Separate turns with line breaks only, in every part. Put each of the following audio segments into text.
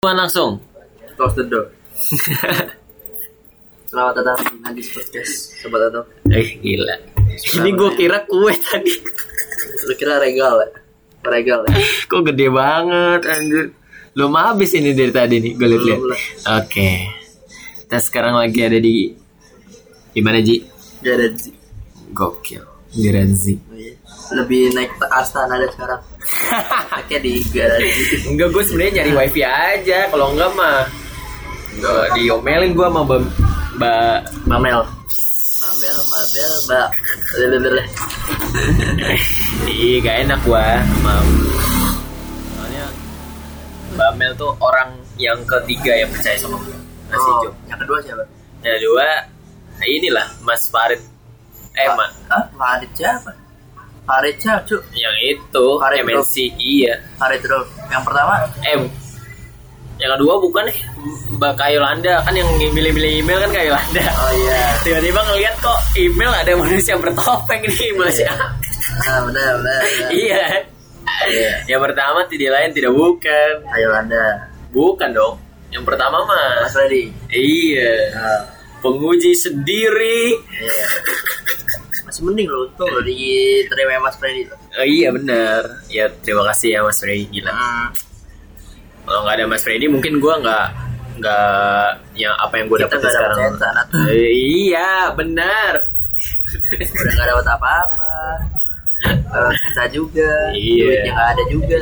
Langsung
Close the door. Selamat datang di Nadis Podcast, Sobat Ato.
gila. Ini gue kira kue tadi.
Lu kira regal ya? Regal ya?
Kok gede banget anjir. Belum habis ini dari tadi nih gue lihat.
Belum.
Oke. Kita sekarang lagi ada di mana Ji?
Garansi.
Gokil. Garansi.
Lebih naik ke Astana ada sekarang. Kayak di Garansi.
Enggak, gue sebenarnya nyari wifi aja. Kalau enggak mah diomelin gue sama Mbak
Mamel, Mbak.
Iya, gak enak gue sama. Soalnya Mbak Mel tuh orang yang ketiga yang percaya sama gue.
Yang kedua siapa?
Yang kedua, inilah Mas Farid.
Farid siapa? Farid siapa, Cuk?
Yang itu
Farid
MNC. Iya.
Farid Drop. Yang pertama
Yang kedua bukan Mbak Kayolanda. Kan yang milih-milih email kan Kayolanda.
Oh iya.
Tiba-tiba ngeliat kok email ada manusia bertopeng nih masih.
Benar.
Iya. Yang pertama tidak lain tidak bukan.
Ayolanda.
Bukan dong. Yang pertama mah
Mas Freddy.
Iya. Penguji sendiri.
Iya. Masih mending lo tuh lo diterima Mas Freddy tuh.
Oh, iya benar. Ya terima kasih ya Mas Freddy, gila. Kalau nggak ada Mas Freddy mungkin gue nggak yang apa yang gue dapat sekarang. Iya benar.
Udah nggak dapat apa-apa. Sensa juga.
Iya.
Duitnya nggak ada juga.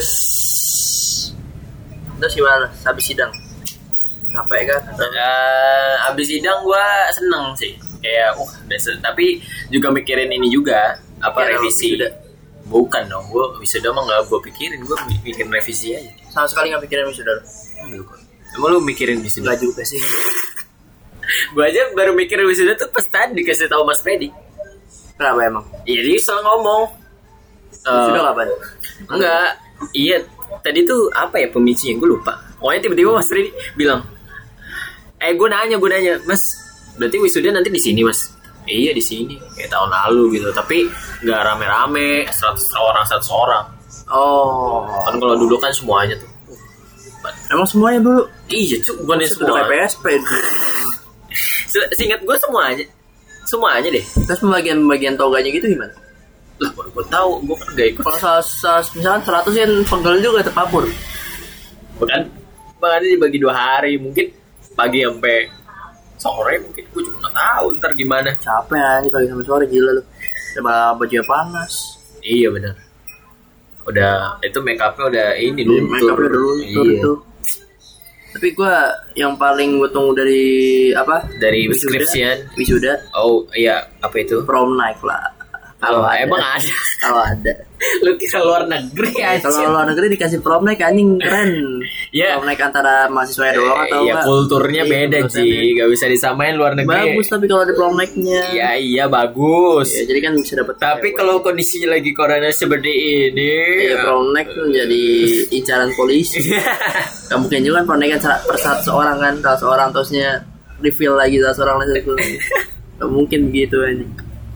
Terus gimana? Habis sidang capek kan?
Abis sidang gue seneng sih. Kayak tapi juga mikirin ini juga apa
ya,
revisi. Bukan dong, gue wisuda mah nggak gue pikirin, gue bikin revisi aja.
Sama sekali nggak pikirin wisuda?
Enggak. Emang lu mikirin wisuda?
Nggak juga sih.
Gue aja baru mikirin wisuda tuh pas tadi dikasih tahu Mas Freddy.
Kenapa emang?
Iya dia selalu ngomong.
Wisuda kapan?
Enggak. Iya tadi tuh apa ya pemicunya gue lupa. Pokoknya tiba-tiba Mas Freddy bilang, gue nanya Mas, berarti wisuda nanti di sini Mas? Iya di sini kayak tahun lalu gitu, tapi nggak rame-rame 100 orang. Oh, kan kalau dulu kan semuanya tuh.
Emang semuanya dulu?
Iya bukan semua.
PSP.
Seingat gue semuanya deh.
Terus pembagian toganya gitu gimana?
Lah baru gue tahu, gue kan gak ikut.
Kalau misalkan 100 kan pegel juga terpapur.
Bukan, bahkan dibagi 2 hari, mungkin pagi sampai sore mungkin gue juga nggak tahu ntar gimana.
Capek aja pagi sampai sore, gila lu. Sama bajunya panas.
Iya benar. Udah itu make upnya udah ini luntur.
Make upnya udah luntur itu. Tapi gue yang paling gue tunggu dari apa?
Dari
wisuda.
Oh iya, apa itu?
Prom night lah.
Kalau emang ada.
Kalau ada.
Lu kisah luar negeri aja.
Kalau luar negeri dikasih prom night anjing keren.
Yeah.
Prom night antara mahasiswa doang atau
enggak? Iya, kulturnya beda sih. Gak bisa disamain luar negeri.
Bagus tapi kalau ada prom night-nya.
Iya bagus.
Ya, jadi kan bisa dapat.
Tapi kalau kondisinya lagi corona seperti ini,
ya prom night tuh jadi incaran polisi. Gak mungkin juga kan prom night kan per 100 orang kan, kalau seorang terusnya refill lagi 100 orang lagi. Gak mungkin begitu anjing.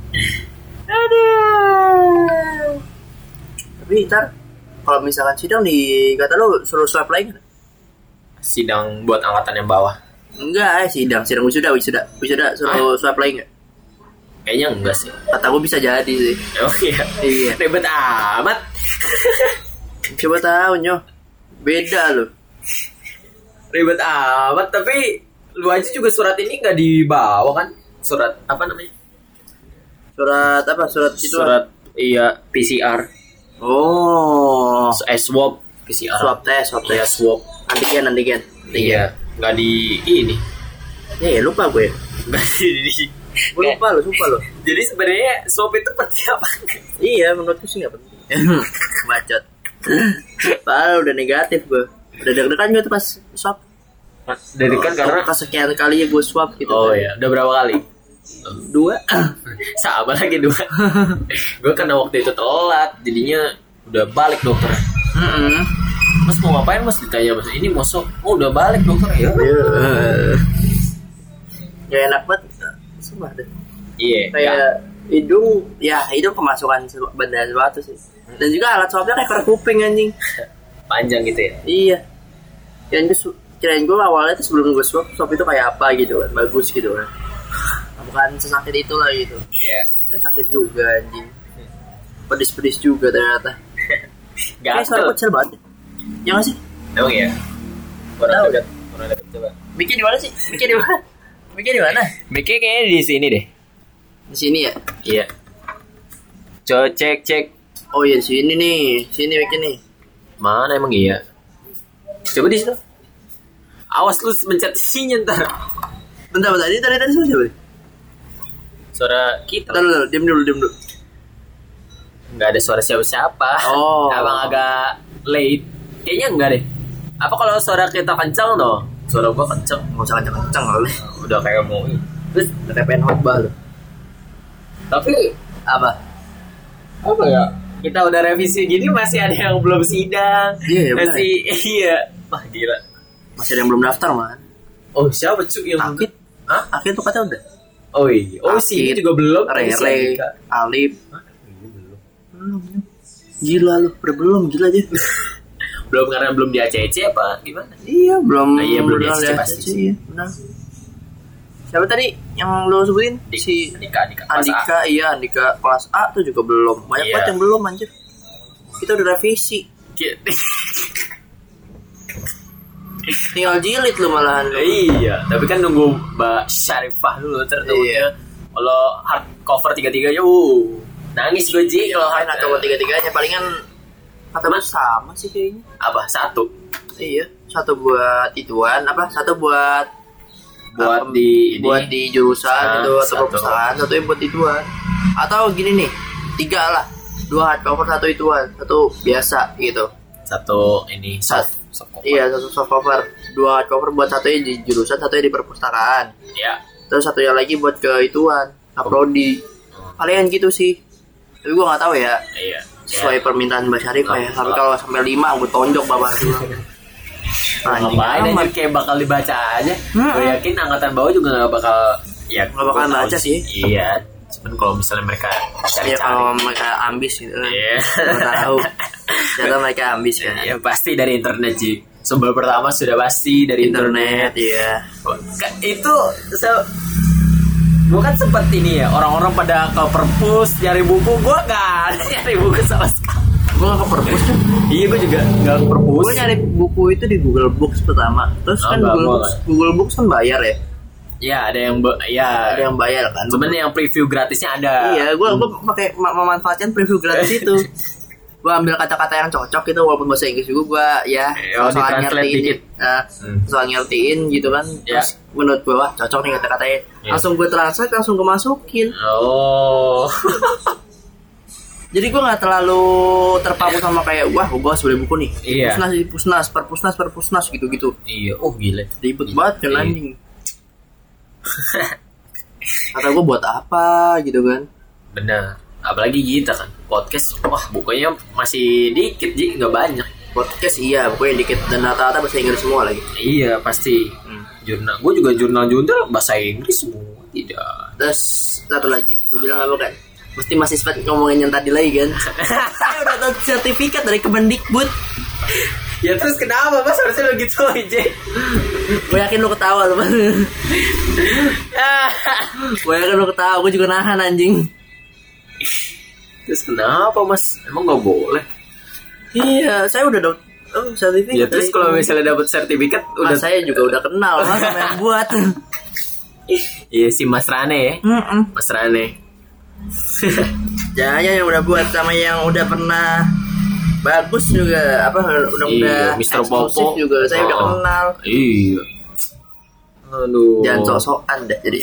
Aduh. Tapi ntar kalau misalkan sidang kata lu suruh swab lagi kan?
Sidang buat angkatan yang bawah?
Enggak, sidang wisuda suruh swab lagi nggak?
Kayaknya enggak sih.
Kata gue bisa jadi sih.
Oh iya. Ribet amat.
Coba tahu nyoh. Beda loh.
Ribet amat, tapi lu aja juga surat ini nggak dibawa kan? Surat apa namanya?
Surat apa? Surat
iya PCR.
Oh.
Swab PCR.
Swab tes.
Iya swab.
Antigen.
Iya. Nggak di ini.
Ya lupa gue.
Nggak di.
Gue lupa lo.
Jadi sebenarnya swab itu penting apa?
Iya, menurutku sih nggak penting. Bacot. Padahal udah negatif gue. Udah deg-degan gue tuh pas swab.
Deg-degan karena
kesekian kali ya gue swab gitu.
Oh iya. Udah berapa kali?
2.
Sama lagi 2. Gue karena waktu itu telat, jadinya udah balik dokter. Mas mau ngapain Mas, ditanya Mas, ini masuk. Oh udah balik dokter ya.
Ya enak banget. Sumpah deh.
Iya.
Kayak hidung kemasukan benda sesuatu sih. Dan juga alat swabnya kayak korek kuping anjing.
Panjang gitu ya.
Iya. Yang itu kirain gue awalnya tuh sebelum gue swab itu kayak apa gitu kan, bagus gitu kan. Bukan sesakit itulah gitu.
Iya.
Ini sakit juga anjing. Pedis-pedis juga ternyata. Kayak suara kecil banget. Ya nggak sih?
Emang iya. Kurang dekat coba.
Bikin di mana sih? Bikin di mana? Bikin di mana?
Bikin kayaknya di sini deh.
Di sini ya?
Iya. Coba cek.
Oh iya di sini nih. Sini bikin nih.
Mana emang iya? Coba di situ. Awas lu mencet sinya ntar.
Bentar. Ini tadi siapa?
Suara kita.
Bentar, diam dulu.
Nggak ada suara siapa-siapa.
Oh.
Abang agak late. Kayaknya enggak deh. Apa kalau suara kita kencang dong? Suara gua kencang.
Nggak usah kencang kali.
Udah kayak mau.
Terus tepen khotbah lu.
Tapi
Apa
ya? Kita udah revisi gini masih ada yang belum sidang.
Iya, benar.
Masih iya. Wah, gila.
Masih ada yang belum daftar man.
Oh, siapa cuy yang
Akid?
Hah?
Akid tuh katanya udah.
Oh iya. Oh, sih
Akid,
juga belum.
Rere, Alif.
Hah? Iya, belum.
Gila lu, udah belum gila aja.
Belum karena belum di ACC apa gimana?
Iya, belum.
Nah, iya, belum di
beneran
ACC
ya.
pasti.
Iya, benar. Siapa tadi yang lo sebutin? Si
Andika
Andika, iya Andika kelas A tuh juga belum. Banyak
Iya.
banget yang belum anjir. Kita udah revisi. Tinggal jilid lu malahan lu.
Iya, tapi kan nunggu Mbak Syarifah dulu tertutup.
Iya.
Kalau hardcover 3-3 nangis gue Ji kalau
Main agak tiga-tiganya palingan kata gue sama sih kayaknya.
apa satu
Iya, satu buat ituan apa? Satu buat
di
buat di jurusan itu atau
satu.
perpustakaan, satu buat ituan. Atau gini nih, 3 lah. 2 hardcover, 1 ituan, 1 biasa gitu.
satu ini soft cover.
Iya, 1 soft cover, 2 hardcover buat satunya di jurusan, satunya di perpustakaan.
Ya.
Terus satunya lagi buat ke ituan, uploadi. Palingan gitu sih. Tapi gue nggak tahu ya.
Iya.
Sesuai permintaan Mbak Syarifah ya. Tapi kalau sampai 5 gue tonjok bapak dulu. Anjing
Ngapain
amat.
aja kayak bakal dibaca aja. Gue yakin angkatan bawah juga nggak bakal
Nggak bakalan
gua tahu
baca sih.
Iya. Cuman kalau misalnya mereka
Ya
cari-cari.
kalau mereka ambis gitu.
Iya.
Gue tahu. Ternyata mereka ambis kan.
Ya pasti dari internet Ji. Sumber pertama sudah pasti dari internet.
Iya.
Itu gue kan sempet ini ya, orang-orang pada ke perpus nyari buku, gue gak ada nyari buku sama sekali.
Gue nggak ke perpus kan.
Iya, gue juga gak ke perpus.
Gue nyari buku itu di Google Books pertama. Terus kan Google Books kan bayar ya.
Ya ada yang
Ada yang bayar kan.
cuman yang preview gratisnya ada.
Iya, gue pakai memanfaatkan preview gratis itu. Gue ambil kata-kata yang cocok gitu walaupun bahasa Inggris juga gue ya soal ngertiin soal ngertiin gitu kan.
Ya.
Terus menurut gue wah cocok nih kata-katanya.
Ya.
Langsung gue translate, langsung gue masukin.
Oh.
Jadi gue nggak terlalu terpaku sama kayak wah gue harus beli buku nih.
Iya.
Perpusnas gitu-gitu.
Iya, oh gila.
Ribet banget kan
Iya.
anjing. Kata gue buat apa gitu kan.
Benar. Apalagi kita kan podcast, wah bukunya masih dikit Ji, nggak banyak.
Podcast iya, bukunya dikit dan rata-rata bahasa Inggris semua lagi.
Iya pasti. Jurnal, gue juga jurnal bahasa Inggris semua tidak.
Terus satu lagi, gue bilang apa kan? Mesti masih sempat ngomongin yang tadi lagi kan? Saya udah dapat sertifikat dari Kemendikbud.
Ya terus kenapa mas harusnya lo gitu aja?
Gue yakin lo ketawa teman. Gue yakin lo ketawa, gue juga nahan anjing.
Terus kenapa mas? Emang nggak boleh?
Iya, saya udah dapat sertifikat.
Ya terus kalau misalnya dapat sertifikat udah
saya juga udah kenal mas sama yang buat.
Iya si Mas Rane ya. Mas Rane.
Jangan yang udah buat sama yang udah pernah bagus juga udah
Mr.
eksklusif
Popo
juga saya udah kenal.
Iya. Aduh.
Jangan sok-sokan dah jadi.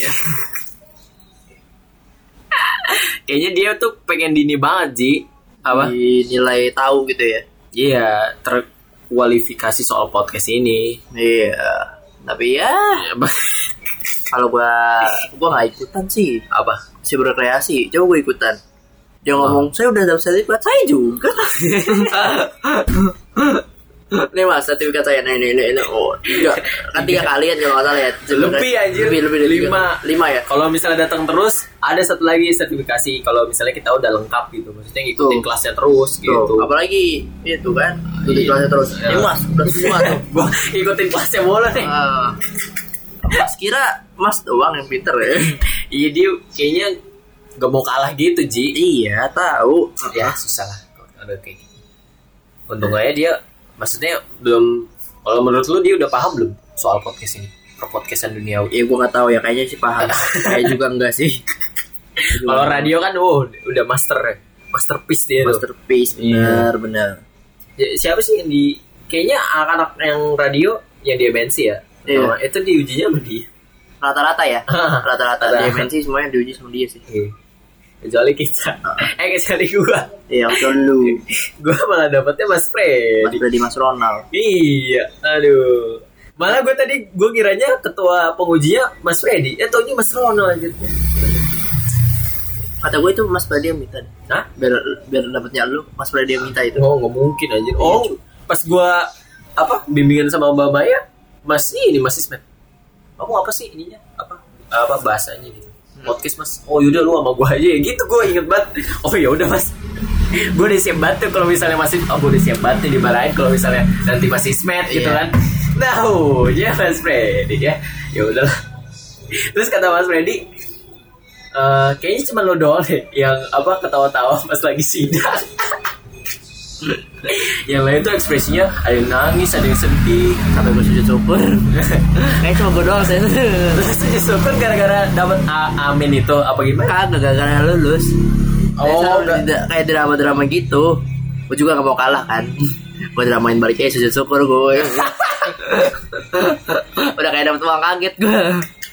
Kayaknya dia tuh pengen dini banget Ji. Apa?
Dinilai tahu gitu ya.
Iya, terkualifikasi soal podcast ini.
Iya. Tapi ya kalau gua nggak ikutan sih.
Apa?
Si berkreasi. Coba gua ikutan. Dia ngomong saya udah dapat sertifikat, saya juga. Nih mas, sertifikat saya ini. Oh, kan 3 kali kan kalau nggak salah ya.
Lebih anjir.
Lebih dari
5
ya.
Kalau misalnya datang terus, ada satu lagi sertifikasi. Kalau misalnya kita udah lengkap gitu, maksudnya ngikutin kelasnya terus gitu.
Apalagi itu kan, ikutin kelasnya terus.
Ya.
Ini mas, udah 5 tuh.
Gua ikutin kelasnya mulu nih.
Mas kira mas doang yang pinter ya.
Iya, dia kayaknya gak mau kalah gitu, Ji.
Iya, tahu.
Ya susah lah ada kayak gitu. Untung aja dia, maksudnya belum. Kalau menurut lu dia udah paham belum soal podcast ini, podcastan dunia?
Ya gue nggak tahu ya, kayaknya sih paham. Kayak juga enggak sih.
Kalau radio kan, udah masterpiece dia.
Masterpiece, benar.
Ya, siapa sih yang kayaknya anak-anak yang radio yang di MNC ya?
Iya.
Itu diujinya sama dia.
Rata-rata ya. Rata-rata di MNC semuanya diuji sama dia sih.
Kecuali kita. Kecuali gua.
Iya, kecuali lu.
Gua malah dapetnya Mas Freddy.
Mas Ronald.
Iya, aduh. Malah gue kiranya ketua pengujinya Mas Freddy. Taunya Mas Ronald aja.
Kata gue itu Mas Freddy yang minta.
Hah?
Biar dapetnya lu, Mas Freddy yang minta itu.
Oh, nggak mungkin aja. Oh, pas gua bimbingan sama Mbak Maya, Mas Ismet. Kamu apa sih ininya? Apa bahasanya gitu? Podcast Mas. Oh yaudah lu sama gue aja ya gitu, gue inget banget. Oh ya udah Mas, gue udah siap banget tuh kalau misalnya masih. Gue udah siap banget tuh dimarahin kalau misalnya nanti masih Ismet gitu kan. Ya Mas Freddy ya udahlah. Terus kata Mas Freddy, kayaknya cuma lo doang deh yang ketawa-tawa pas lagi sidang. Yang lain tuh ekspresinya ada yang nangis, ada yang sedih.
Sampai gue sujud syukur. Kayak cuma gue doang saya.
Terus sujud syukur gara-gara dapat amin itu apa gimana?
Kagak, gara-gara lulus. Kayak drama-drama gitu. Gue juga gak mau kalah kan. Gue dramain balik kayak sujud syukur gue. Udah kayak dapet uang kaget gue.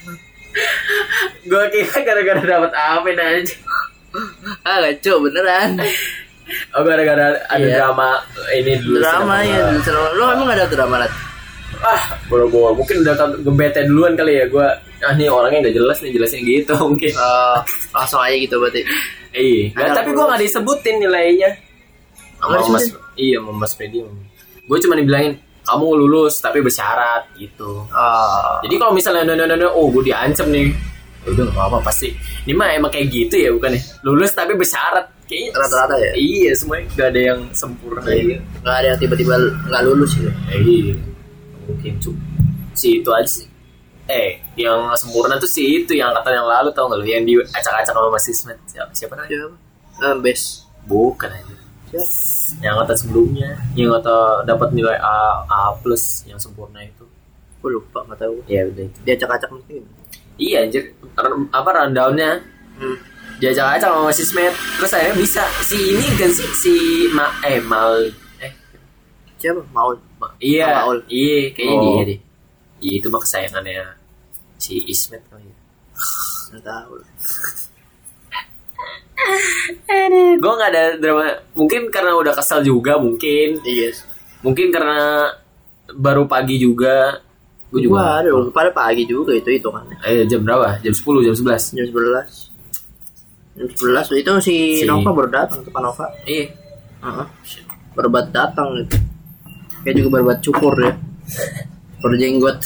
Gue kira gara-gara dapat amin aja.
Gak cu, beneran.
Oh, gara-gara ada drama ini dulu.
Drama ya, lo emang gak ada drama Rat?
Boro-boro mungkin udah ngebete duluan kali ya gue. Nih orangnya gak jelas nih, jelasnya gitu mungkin.
Langsung aja gitu berarti.
Iya. Tapi gue gak disebutin nilainya. Sama Mas Freddy. Gue cuma dibilangin kamu lulus tapi bersyarat gitu. Jadi kalau misalnya gue diancam nih, udah gak apa-apa pasti. Ini mah emang kayak gitu ya, bukan ya? Lulus tapi bersyarat. Kayaknya
rata-rata ya?
Iya, semuanya gak ada yang sempurna.
Iya. Gak ada yang tiba-tiba gak lulus gitu.
Iya. Mungkin si itu aja sih. Yang sempurna tuh si itu yang angkatan yang lalu, tau gak lu? Yang diacak-acak sama Mas Ismet. Siapa namanya?
Bes.
Bukan aja. Yang angkatan sebelumnya, yang dapat nilai A+ yang sempurna itu.
Gue lupa, gak tahu.
Iya udah itu.
Diacak-acak mungkin.
Iya anjir. Rundown-nya. Diajak-ajak sama Mas Ismet. Terus akhirnya bisa. Si ini kan sih Maul.
Siapa? Maul.
Iya.
Maul.
Iya, kayaknya dia deh. Iya, itu mah kesayangannya si Ismet kali ya.
Nggak tahu.
Gue nggak ada drama. Mungkin karena udah kesal juga mungkin.
Yes.
Mungkin karena baru pagi juga. Gue juga.
Ada pada pagi juga itu kan.
Jam berapa? Jam 10, jam 11.
Jam 11 itu si Nova baru datang ke Panova.
Iya.
Baru datang gitu. Kayak juga baru cukur ya. Berjenggot.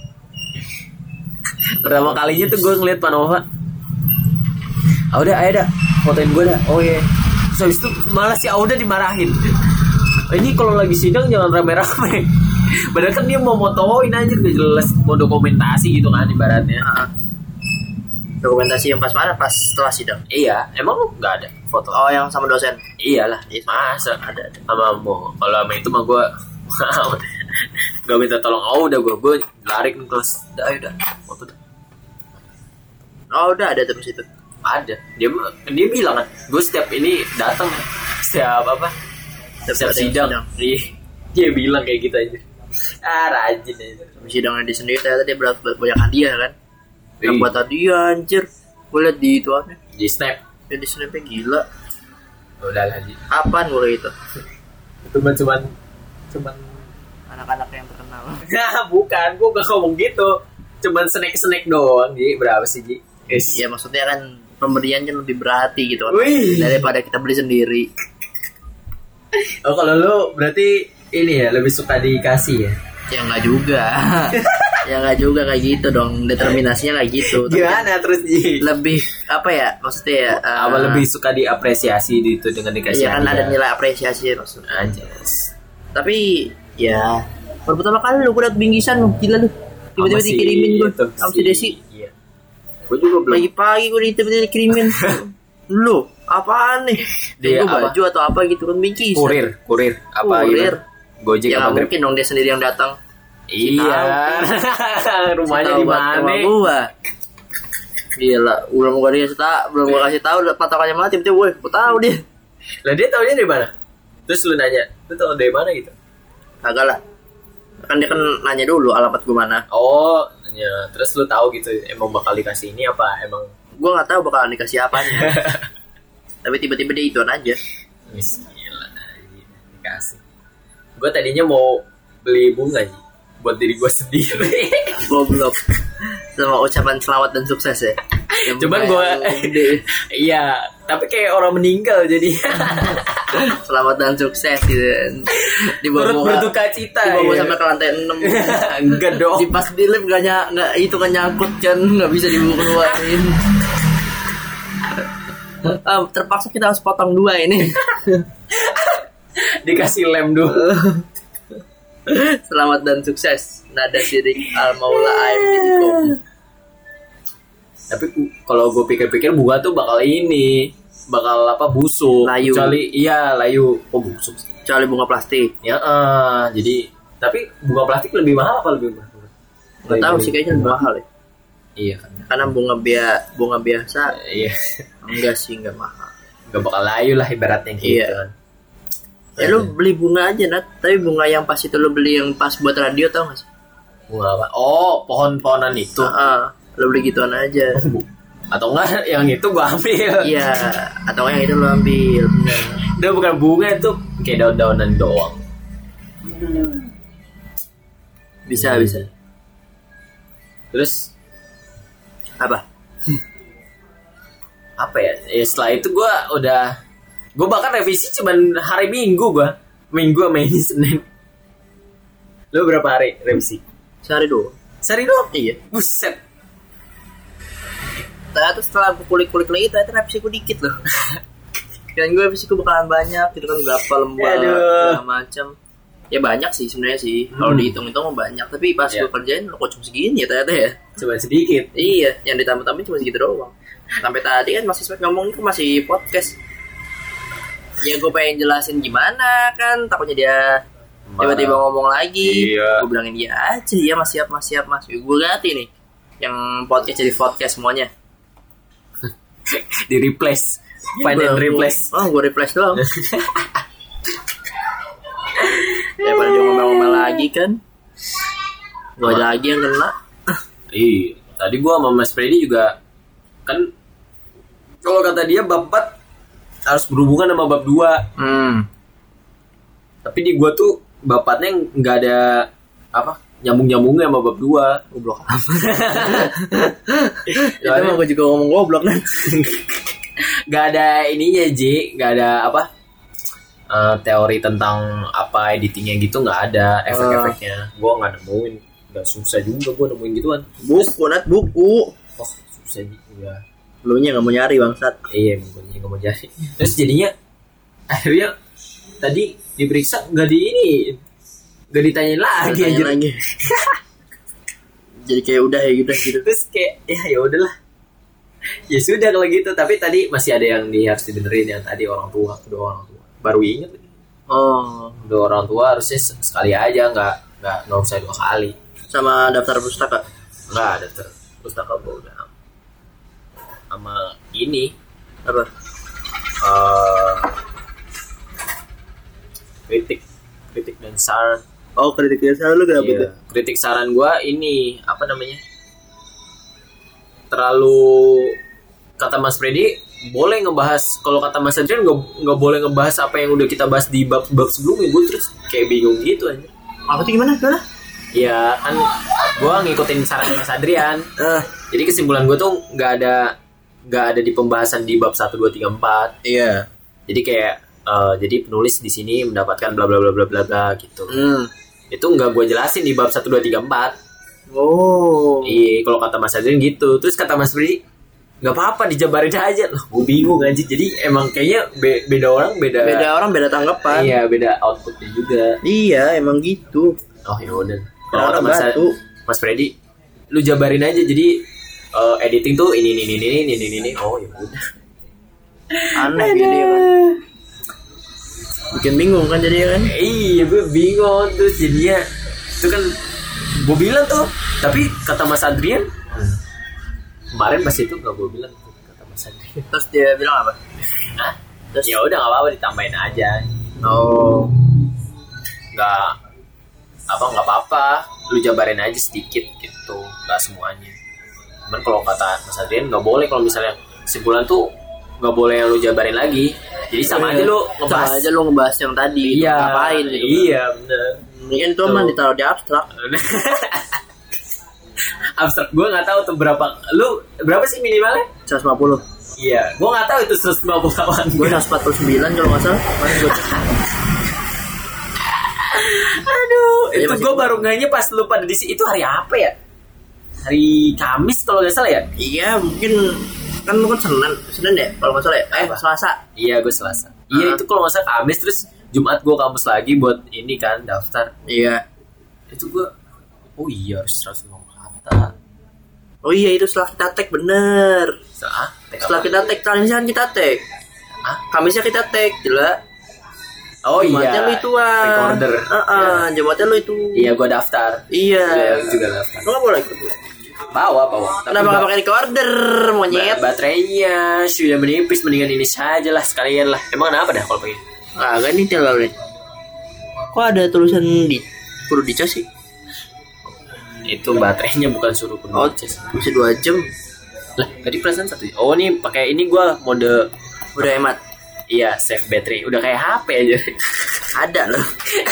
Pertama kalinya tuh gue ngeliat Panova. Ayo dah, fotoin gue dah. Oh iya. Terus habis itu malah si Auda dimarahin. Ini kalau lagi sidang jangan rame-rame. Padahal kan dia mau motoin aja, udah jelas mau dokumentasi gitu kan ibaratnya.
Dokumentasi yang pas mana? Pas setelah sidang.
Iya, emang lu nggak ada foto?
Oh, yang sama dosen.
Iyalah, masa ada. Sama mau kalau sama itu mah gue gak minta tolong. Udah gue lari ke kelas. Udah foto dah.
Udah ada terus itu.
Ada. Dia bilang kan, gue setiap ini datang setiap sidang. Dia bilang kayak gitu aja. Rajin aja.
Sidangnya di sendiri ternyata dia banyak hadiah kan. Yang buat hadiah anjir. Gue liat di itu apa?
Di snap.
Ya di snapnya gila.
Udah lagi.
Apaan gue itu?
Itu cuman
anak-anak yang terkenal.
Nah, bukan, gue gak ngomong gitu. Cuman snack doang, Ji. Berapa sih, Ji?
Yes. Ya maksudnya kan pemberian kan lebih berarti gitu kan. Daripada kita beli sendiri.
Oh, kalau lu berarti ini ya lebih suka dikasih ya.
Ya nggak juga. Ya nggak juga kayak gitu dong, determinasinya kayak gitu.
Gimana terus Ji?
Lebih apa ya maksudnya ya?
Apa lebih suka diapresiasi itu dengan dikasih
Iya kan
hadiah.
ada nilai apresiasi maksudnya.
Anjas.
Tapi ya baru pertama kali lu gue liat bingkisan lu gila lu. Tiba-tiba
Sama si
dikirimin gue
itu,
sama si Desi.
Iya. Gue juga belum.
Pagi-pagi gue tiba-tiba dikirimin. Lu apaan nih?
Dia
Dia
apa?
baju atau apa gitu kan bingkisan.
Kurir apa
Kurir.
gitu. Gojek
Ya
apa
nggak
Grab?
mungkin dong dia sendiri yang datang.
Iya. Rumahnya di mana?
Gua. Gila, belum gua kasih tahu patokannya mana tiba-tiba gua tahu dia.
Lah dia taunya dari mana? Terus lu nanya, lu tau dari mana gitu?
Kagak lah. Kan dia kan nanya dulu alamat gua mana.
Oh, nanya. Terus lu tahu gitu emang bakal dikasih ini apa emang?
Gua nggak tahu bakalan dikasih apanya. Tapi tiba-tiba dia ituan aja.
Wis gila dikasih. Gue tadinya mau beli bunga Ji, buat diri gue sendiri.
Goblok. Sama ucapan selamat dan sukses ya.
Cuman gue iya, tapi kayak orang meninggal jadi.
Selamat dan sukses gitu.
Turut berduka cita.
Dibawa
Ya.
sampai ke lantai 6.
Enggak dong.
Di pas di lift nggak itu kan nyangkut kan nggak bisa dibuka keluarin. Terpaksa kita harus potong 2 ini.
Dikasih lem dulu.
Selamat dan sukses. Nada sirik al maula aim.
Tapi kalau gue pikir-pikir bunga tuh bakal apa busuk.
Layu.
Kecuali iya layu. Oh busuk.
Kecuali bunga plastik.
Ya, jadi tapi bunga plastik lebih mahal apa lebih murah?
Nggak tahu sih kayaknya lebih mahal ya.
Iya kan.
Karena bunga biasa
Iya.
enggak sih enggak mahal.
Gak bakal layu lah ibaratnya gitu.
Iya. Ya lu beli bunga aja Nat. Tapi bunga yang pas itu lu beli yang pas buat radio tau gak sih?
Bunga apa? Oh, pohon-pohonan itu.
Lu beli gituan aja.
Atau enggak yang itu gua ambil.
Iya. Atau yang itu lu ambil. Bener.
Udah bukan bunga itu kayak daun-daunan doang.
Bisa.
Terus
Apa?
apa ya? Setelah itu gue bahkan revisi cuman hari Minggu Minggu sama ini Senin. Lo berapa hari revisi?
Sehari doang.
Sehari doang?
Iya.
Buset.
Ternyata setelah aku kulik-kulik lagi ternyata revisi ku dikit loh. Dan gue revisi ku bakalan banyak gitu kan berapa lembar segala macam. Ya banyak sih sebenarnya sih. Kalau dihitung-hitung banyak, tapi pas gue kerjain kok cuma segini ya ternyata ya.
Cuma sedikit.
Iya, yang ditambah-tambahin cuma segitu doang. Sampai tadi kan masih ngomong itu masih podcast. Ya gue pengen jelasin gimana kan, takutnya dia tiba-tiba ngomong lagi.
Iya.
Gue bilangin iya aja, iya mas siap mas. Gue ganti nih, yang podcast jadi podcast semuanya.
Di replace. Find and replace.
Oh, gue replace doang. Ya pada dia ngomel-ngomel lagi kan. Gue lagi yang kena.
Iya. Tadi gue sama Mas Freddy juga kan kalau kata dia bab 4 harus berhubungan sama bab 2. Tapi di gue tuh bab 4-nya nggak ada apa nyambung-nyambungnya sama bab 2.
Goblok. Itu emang gue juga ngomong goblok kan.
Gak ada ininya J, gak ada apa teori tentang apa editingnya gitu, nggak ada efek-efeknya. Gue nggak nemuin, nggak susah juga gue nemuin gituan.
Buku.
Oh susah juga.
Lu nya nggak mau nyari bangsat.
Iya, gue nggak mau jadi. Terus jadinya akhirnya tadi diperiksa nggak ditanyain lagi aja.
Jadi kayak udah ya gitu.
Terus kayak ya udahlah. Ya sudah kalau gitu. Tapi tadi masih ada yang harus dibenerin yang tadi kedua orang tua. Baru inget. Kedua orang tua harusnya sekali aja, nggak usah 2 kali.
Sama daftar pustaka?
Nggak, daftar pustaka gue udah. Sama ini
Apa?
kritik dan saran.
Oh, kritik dan saran lu kenapa tuh?
Kritik saran gue ini apa namanya? Terlalu, kata Mas Freddy boleh ngebahas, kalau kata Mas Adrian nggak boleh ngebahas apa yang udah kita bahas di bab sebelumnya. Gue terus kayak bingung gitu aja.
Apa tuh gimana?
Ya kan gue ngikutin saran Mas Adrian. Jadi kesimpulan gue tuh nggak ada di pembahasan di bab 1, 2, 3, 4.
Iya.
Jadi kayak jadi penulis di sini mendapatkan bla bla bla bla bla bla gitu. Itu nggak gue jelasin di bab 1, 2, 3, 4. Iya, kalau kata Mas Adrian gitu. Terus kata Mas Freddy, nggak apa-apa dijabarin aja. Loh, gue bingung aja. Jadi emang kayaknya beda orang beda tanggapan. Iya, beda outputnya juga.
Iya, emang gitu.
Oh ya udah. Kalau kata Mas Freddy, lu jabarin aja. Jadi editing tuh ini. Oh ya udah.
Aneh gini kan. Bikin bingung kan jadinya kan.
Iya, gue bingung. Terus jadinya itu kan gue bilang tuh. Tapi kata Mas Adrian, kemarin pas itu gak gue bilang tuh, kata Mas Adrian.
Terus dia bilang apa?
Hah? Ya udah nggak apa-apa, ditambahin aja. Nggak apa-apa, lu jabarin aja sedikit gitu, nggak semuanya. Cuman kalau kata Mas Adrian nggak boleh, kalau misalnya sebulan tuh nggak boleh lu jabarin lagi. Jadi sama aja lu
ngebahas yang tadi.
Iya.
Ngapain gitu.
Iya bener.
Mungkin tuh mah ditaruh di abstrak.
Abstrak gue nggak tahu tuh berapa. Lu berapa sih minimalnya?
150.
Iya, gue nggak tahu itu 158.
Gue 149 kalau nggak salah.
Aduh, itu gue baru nganya pas lu pada di sini. Itu hari apa ya? Hari Kamis kalau nggak salah ya?
Iya, mungkin kan lu kan Senin ya kalau nggak salah ya. Selasa.
Iya, gue Selasa. Iya, itu kalau nggak salah Kamis, terus Jumat gue kampus lagi buat ini kan daftar.
Iya.
Itu gue, oh iya harus 150 kata.
Oh iya, itu setelah kita tag bener. Setelah kita tag, Kamisnya kita tag. Kamisnya kita tag, gila.
Oh
Jumatnya
iya.
lu ituan.
Recorder.
Jumatnya lu itu.
Iya, gue daftar.
Iya.
Gue juga daftar.
Lu nggak boleh ikut.
Bawa.
Kenapa nggak pakai recorder, monyet?
Baterainya sudah menipis, mendingan ini saja lah sekalian lah. Emang kenapa dah kalau pakai?
Agak nih telolet. Kok ada tulisan perlu dicas sih?
Itu baterainya bukan suruh penuh cas.
Bisa 2 jam.
Lah, tadi perasaan 1. Oh, ini pakai ini gue mode
udah hemat.
Iya, save battery. Udah kayak HP aja.
Ada loh.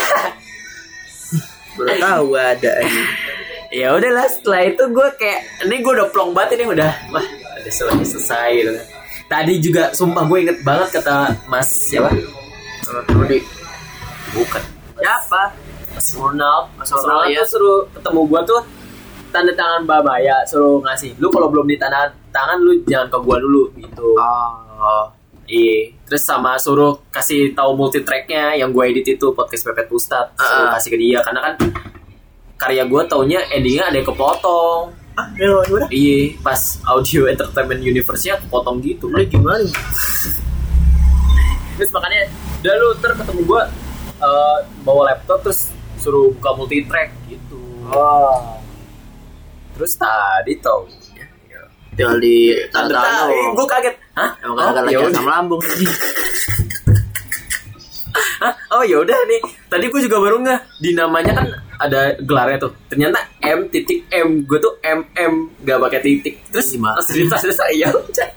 Baru tahu ada ini.
Ya udahlah, setelah itu gue kayak ini gue udah plong banget ini udah. Wah, ada selesai gitu kan. Tadi juga sumpah gue inget banget kata Mas siapa?
Rudi.
Bukan.
Siapa?
Mas Ronald.
Mas Ronald
ya suruh ketemu gue tuh tanda tangan Babaya, suruh ngasih. Lu kalau belum ditanda tangan lu jangan ke gue dulu gitu. Iya, terus sama suruh kasih tahu multi tracknya yang gue edit itu podcast Pepet Ustad, suruh kasih ke dia karena kan karya gue taunya endingnya ada yang kepotong. Iya, pas Audio Entertainment Universe-nya kepotong gitu.
Lu gimana?
Terus makanya udah lu ketemu gue bawa laptop terus suruh buka multi track gitu. Terus tadi tau
tinggal di tanda.
Gue kaget. Hah?
Emang lagi asam lambung.
Hah? Oh ya udah nih. Tadi gue juga baru nggak di namanya kan ada gelarnya tuh. Ternyata M.M. Gue tuh MM nggak pakai titik. Terus
gimana?
Cerita saya.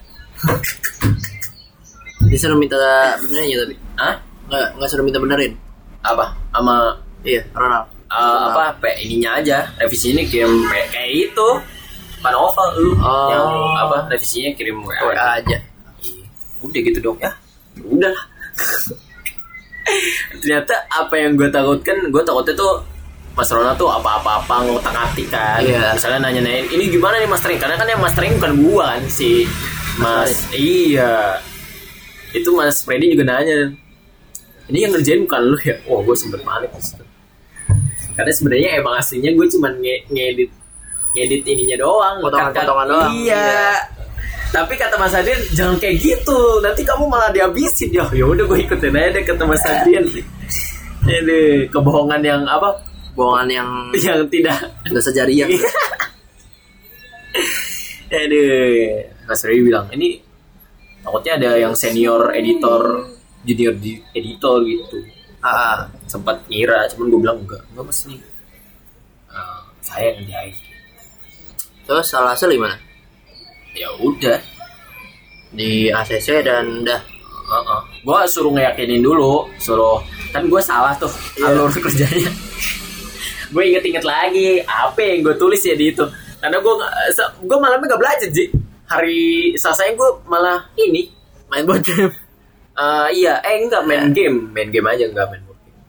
Disuruh minta benerin ya tapi.
Hah?
Nggak suruh minta benerin.
Apa? Sama
Ronald.
Apa? Ininya aja. Revisi ini kirim kayak itu. Panoval lu yang apa revisinya kirim WA
aja.
Udah gitu dong ya. Udah lah. Ternyata apa yang gue takutnya tuh Mas Ronald tuh apa-apa ngotak-atik kan. Misalnya nanya-nanyain ini gimana nih mastering, karena kan yang mastering bukan gua kan si Mas. Iya. Itu Mas Freddy juga nanya. Ini yang ngerjain bukan lu ya? Wah, gue sempet panik disitu. Karena sebenarnya emang aslinya gue cuma ngedit ininya doang,
potongan-potongan doang.
Iya. Tapi kata Mas Adrian jangan kayak gitu, nanti kamu malah dihabisin. Ya udah gue ikutin aja deh kata Mas Adrian. Ini kebohongan yang apa?
Bohongan yang
tidak
sejariah.
Aduh, Mas Ray bilang ini takutnya ada yang senior editor, junior editor gitu. Sempat ngira, cuman gue bilang enggak Mas nih. Saya yang ngerjain.
Terus hasil gimana?
Ya udah
di ACC dan dah.
Gue suruh ngeyakinin dulu, kan gue salah tuh alur kerjanya. Gue inget lagi apa yang gue tulis ya di itu. Karena gue malamnya gak belajar Ji. Hari Selasanya gue malah ini
main board game.
Iya, enggak main game aja, enggak main board game.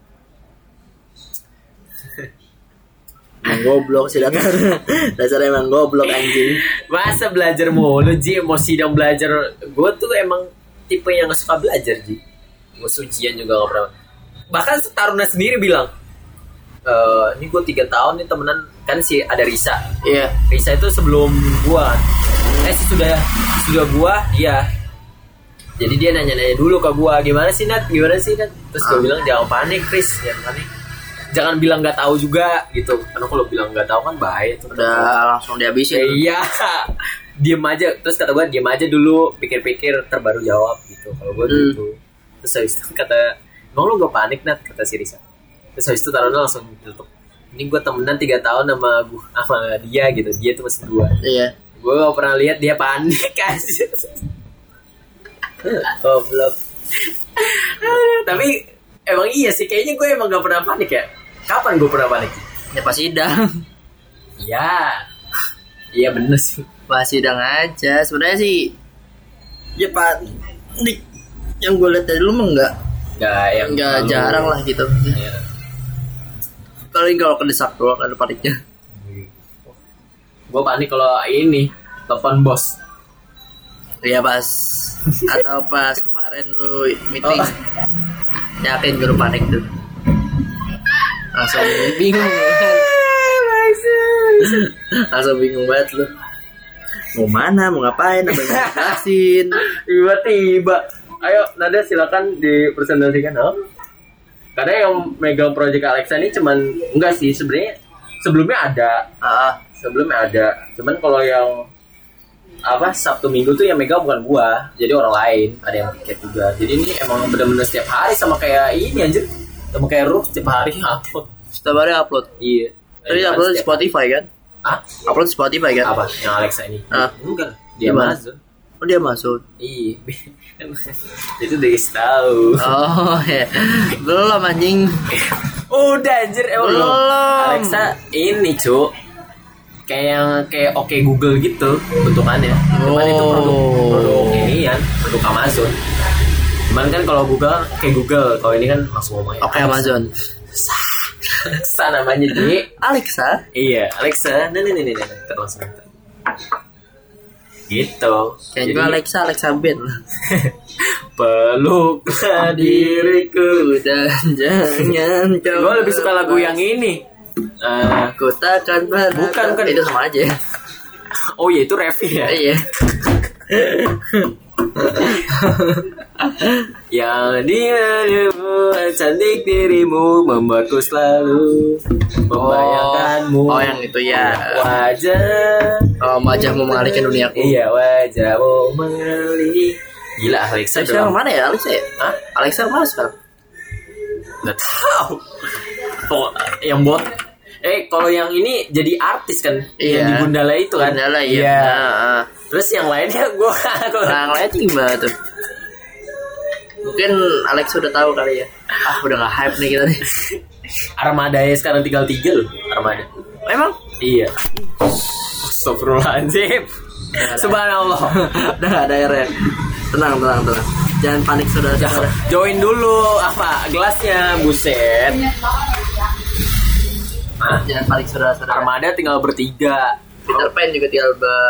Goblok sih dasar emang goblok anjing.
Masa belajar mulu Ji, mau sidang belajar. Gue tuh emang tipe yang gak suka belajar Ji. Gue ujian juga gak pernah. Bahkan Taruna sendiri bilang, ini gue 3 tahun nih temenan. Kan si ada Risa.
Iya.
Risa itu sebelum gue, sudah gue dia. Jadi dia nanya-nanya dulu ke gue, gimana sih Nat? Terus gue bilang jangan panik Chris, jangan panik. Jangan bilang nggak tahu juga gitu, karena kalau bilang nggak tahu kan bahaya tuh.
Udah langsung dihabisin.
Iya, diem aja. Terus kata gue diem aja dulu, pikir-pikir terbaru jawab gitu. Kalau gue gitu. Terus habis itu kata, emang lu gak panik Nat? Kata si Risa. Terus habis itu Taruna langsung tutup. Ini gue temenan 3 tahun sama dia gitu. Dia tuh masih 2.
Iya.
Gue gak pernah lihat dia panik aja. Goblok. Tapi emang iya sih, kayaknya gue emang gak pernah panik ya. Kapan gue pernah panik?
Ya pas sidang.
Iya bener sih.
Pas sidang aja. Sebenarnya sih ya panik. Yang gue lihat dari lu mah enggak jarang lah gitu.
Iya.
Kalau kedesak doang ada paniknya.
Gue panik kalau ini telepon bos.
Iya pas atau pas kemarin lu meeting. Yakin gue panik tuh. Langsung bingung kan. Langsung bingung banget lu. Mau mana, mau ngapain, apa yang jelasin.
Tiba-tiba. Ayo Nada silakan dipresentasikan. Karena yang megang project Alexa ini cuman enggak sih sebenarnya. Sebelumnya ada. Cuman kalau yang Sabtu Minggu tuh yang megang bukan gua, jadi orang lain, ada yang piket juga. Jadi ini emang benar-benar setiap hari sama kayak ini anjir. Sama kayak Ruh setiap hari upload.
Setiap hari upload.
Iya.
Tapi upload di Spotify kan? Upload di Spotify kan?
Apa? Yang Alexa ini? Enggak. Di Amazon.
Oh dia masuk.
Iya. Itu udah tahu.
Oh ya. Belum anjing.
Udah anjir emang
belum.
Alexa ini Cuk. Kayak Oke Google gitu bentukannya. Cuman itu produk inian, produk Amazon. Cuman kan kalau Google kayak Google, kalau ini kan langsung ngomongnya
Oke Amazon.
Sa namanya di
Alexa.
Iya, Alexa. Nih. Terus gitu.
Kayak juga Alexa Ben.
Peluklah diriku
dan jangan coba.
Gue lebih suka lagu yang ini.
Ku takkan pernah.
Bukan
itu sama aja.
Oh iya itu Revi ya.
Iya.
Yang dirimu cantik dirimu membuatku selalu membayangkanmu.
Oh yang itu ya.
Wajah.
Wajahmu mengalihkan duniaku.
Iya wajahmu mengalih. Gila Alexa.
Sekarang mana ya Alexa ya? Alexa mana sekarang?
Nggak tahu. Oh, yang bot. Kalau yang ini jadi artis kan?
Iya.
Yang di Gundala itu kan?
Gundala iya.
Terus yang lainnya gue
yang lain gimana tuh? Mungkin Alex udah tahu kali ya. Udah nggak hype nih kita nih.
Armada ya sekarang tinggal 3 loh. Armada.
Emang?
Iya. Astagfirullahaladzim. Subhanallah.
Udah nggak ada air ya. Tenang. Jangan panik saudara.
Join dulu gelasnya, buset.
Jangan panik saudara.
Armada tinggal bertiga.
Peter Pan juga tinggal